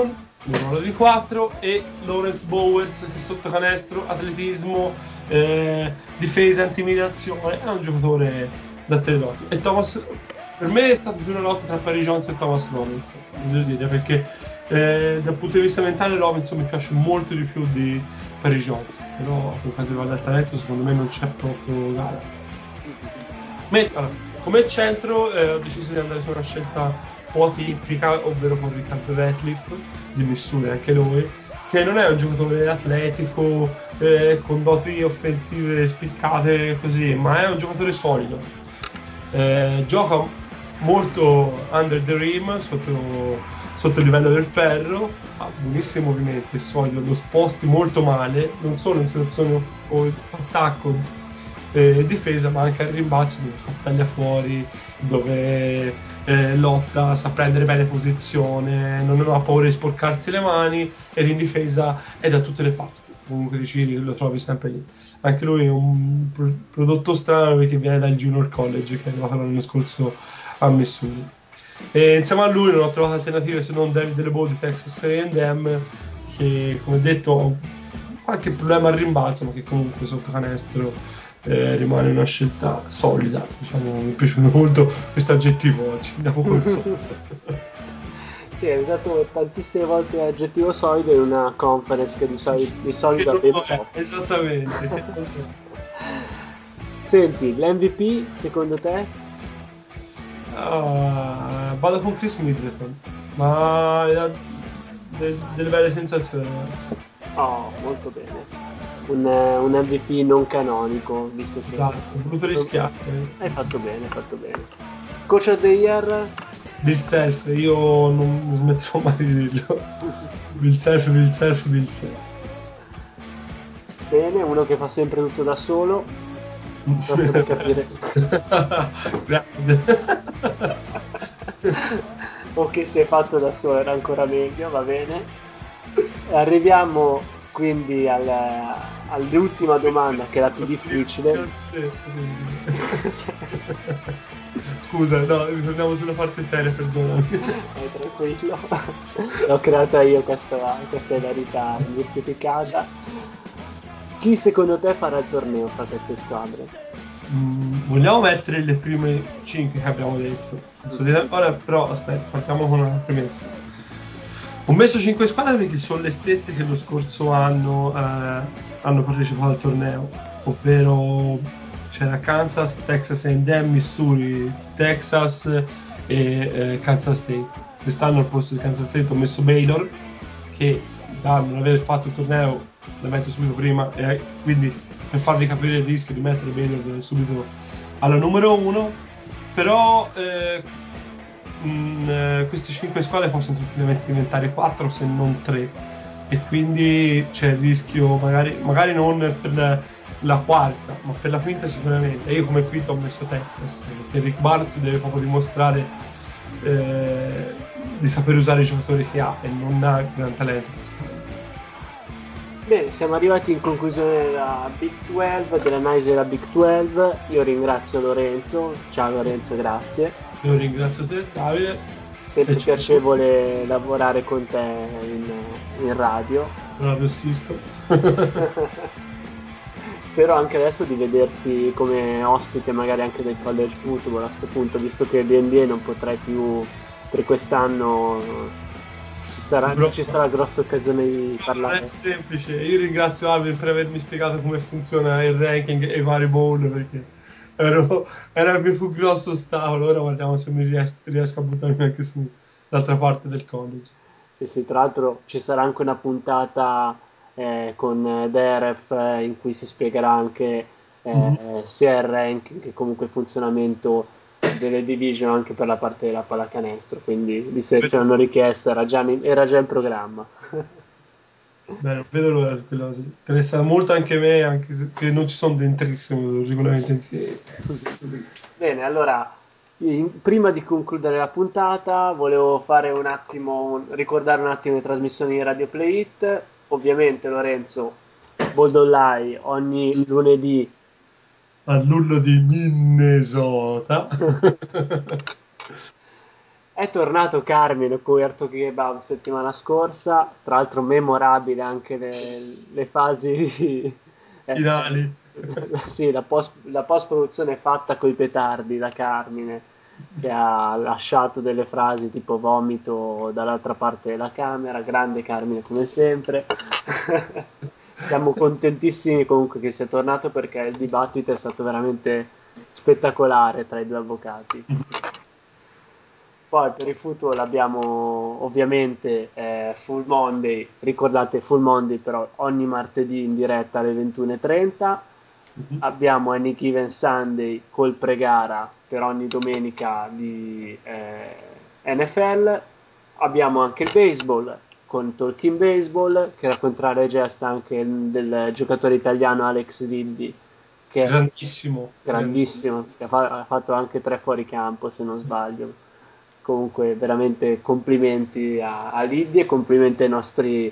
nel ruolo di 4, e Lawrence Bowers che sotto canestro, atletismo, difesa, intimidazione, è un giocatore da tenere d'occhio. E Thomas, per me è stata più una lotta tra Perry Jones e Thomas Robinson, devo dire, perché dal punto di vista mentale Robinson mi piace molto di più di Perry Jones, però per quanto riguarda il talento secondo me non c'è proprio gara. Allora, come centro ho deciso di andare su una scelta un po' atipica, ovvero con Riccardo Ratcliffe di Missouri, anche lui, che non è un giocatore atletico con doti offensive spiccate così, ma è un giocatore solido. Gioca molto under the rim, sotto il livello del ferro, ha buonissimi movimenti, è solido, lo sposti molto male, non solo in situazioni attacco e difesa, ma anche al rimbalzo dove fa taglia fuori, dove lotta, sa prendere bene posizione, non ha paura di sporcarsi le mani, e in difesa è da tutte le parti. Comunque dici, lo trovi sempre lì. Anche lui è un prodotto strano perché viene dal Junior College, che è arrivato l'anno scorso a Missouri. E insieme a lui non ho trovato alternative se non David LeBeau di Texas A&M, che come detto ha qualche problema al rimbalzo, ma che comunque sotto canestro rimane una scelta solida. Diciamo, mi è piaciuto molto questo aggettivo oggi, andiamo con Sì, è usato tantissime volte l'aggettivo solido in una conference che di solito ha ben poco. Esattamente. Senti, l'MVP secondo te? Vado con Chris Middleton, ma delle belle sensazioni, ragazzi. Oh, molto bene. Un MVP non canonico, visto che... Esatto, ho voluto rischiare. Hai fatto bene, hai fatto bene. Coach of the Year? Bill Self, io non smetterò mai di dirlo. Bill Self. Bene, uno che fa sempre tutto da solo. Basta per capire. O che si è fatto da solo era ancora meglio, va bene. Arriviamo quindi all'ultima domanda, che è la più difficile. Scusa, no, ritorniamo sulla parte seria, perdonami. Tranquillo. L'ho creata io questa ilarità ingiustificata. Chi secondo te farà il torneo fra queste squadre? Vogliamo mettere le prime 5 che abbiamo detto. Ora però aspetta, partiamo con una premessa. Ho messo 5 squadre perché sono le stesse che lo scorso anno hanno partecipato al torneo, ovvero c'era Kansas, Texas A&M, Missouri, Texas e Kansas State. Quest'anno al posto di Kansas State ho messo Baylor, che da non aver fatto il torneo la metto subito prima, e quindi per farvi capire il rischio di mettere Baylor subito alla numero 1. Però queste 5 squadre possono tranquillamente diventare 4 se non 3, e quindi c'è il rischio magari non per la quarta, ma per la quinta sicuramente. Io come quinta ho messo Texas, perché Rick Barnes deve proprio dimostrare di saper usare i giocatori che ha, e non ha gran talento quest'anno. Bene, siamo arrivati in conclusione della Big 12, dell'analisi della Big 12. Io ringrazio Lorenzo. Ciao Lorenzo, grazie. Io ringrazio te, Davide. Sempre piacevole lavorare con te in radio. Radio Cisco. Spero anche adesso di vederti come ospite magari anche del college football a questo punto, visto che l'NBA non potrai più per quest'anno. Ci sarà grossa occasione di parlare. Non è semplice. Io ringrazio Alvin per avermi spiegato come funziona il ranking e i vari bowl, perché era più grosso ostacolo. Ora guardiamo se mi riesco a buttarmi anche sull'altra parte del college. Sì, tra l'altro ci sarà anche una puntata con Deref in cui si spiegherà anche sia il ranking che comunque il funzionamento delle division anche per la parte della pallacanestro, quindi di se c'è una richiesta era già in programma. Beh, non vedo l'ora di quella cosa. Interessa molto anche me, anche se non ci sono dentrissimo regolarmente insieme. Bene, allora prima di concludere la puntata volevo fare ricordare un attimo le trasmissioni di Radio Play It. Ovviamente Lorenzo, Bold Online ogni lunedì all'urlo di Minnesota. È tornato Carmine Puerto Kebab settimana scorsa, tra l'altro memorabile anche le fasi di... Finali. Sì, la post-produzione fatta coi petardi da Carmine, che ha lasciato delle frasi tipo vomito dall'altra parte della camera, grande Carmine come sempre. Siamo contentissimi comunque che sia tornato perché il dibattito è stato veramente spettacolare tra i due avvocati. Poi per il football abbiamo ovviamente Full Monday, ricordate Full Monday però ogni martedì in diretta alle 21:30, abbiamo Any Given Sunday col pre-gara per ogni domenica di NFL, abbiamo anche il baseball con Talking Baseball che racconterà le gesta anche del giocatore italiano Alex Diddi che è Grandissimo. grandissimo, che ha fatto anche 3 fuori campo se non sbaglio. Comunque veramente complimenti a Liddy e complimenti ai nostri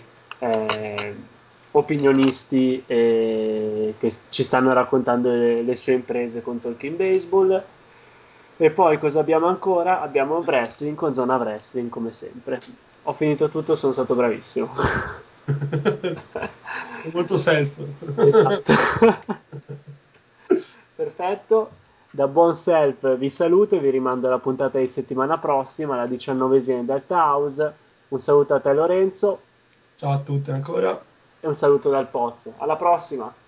opinionisti che ci stanno raccontando le sue imprese con Talking Baseball. E poi cosa abbiamo ancora? Abbiamo wrestling con Zona Wrestling come sempre. Ho finito tutto, sono stato bravissimo. Sei molto self. Esatto. Perfetto. Da buon self vi saluto e vi rimando alla puntata di settimana prossima, la 19esima del House. Un saluto a te Lorenzo Ciao a tutti ancora. e un saluto dal Poz. Alla prossima!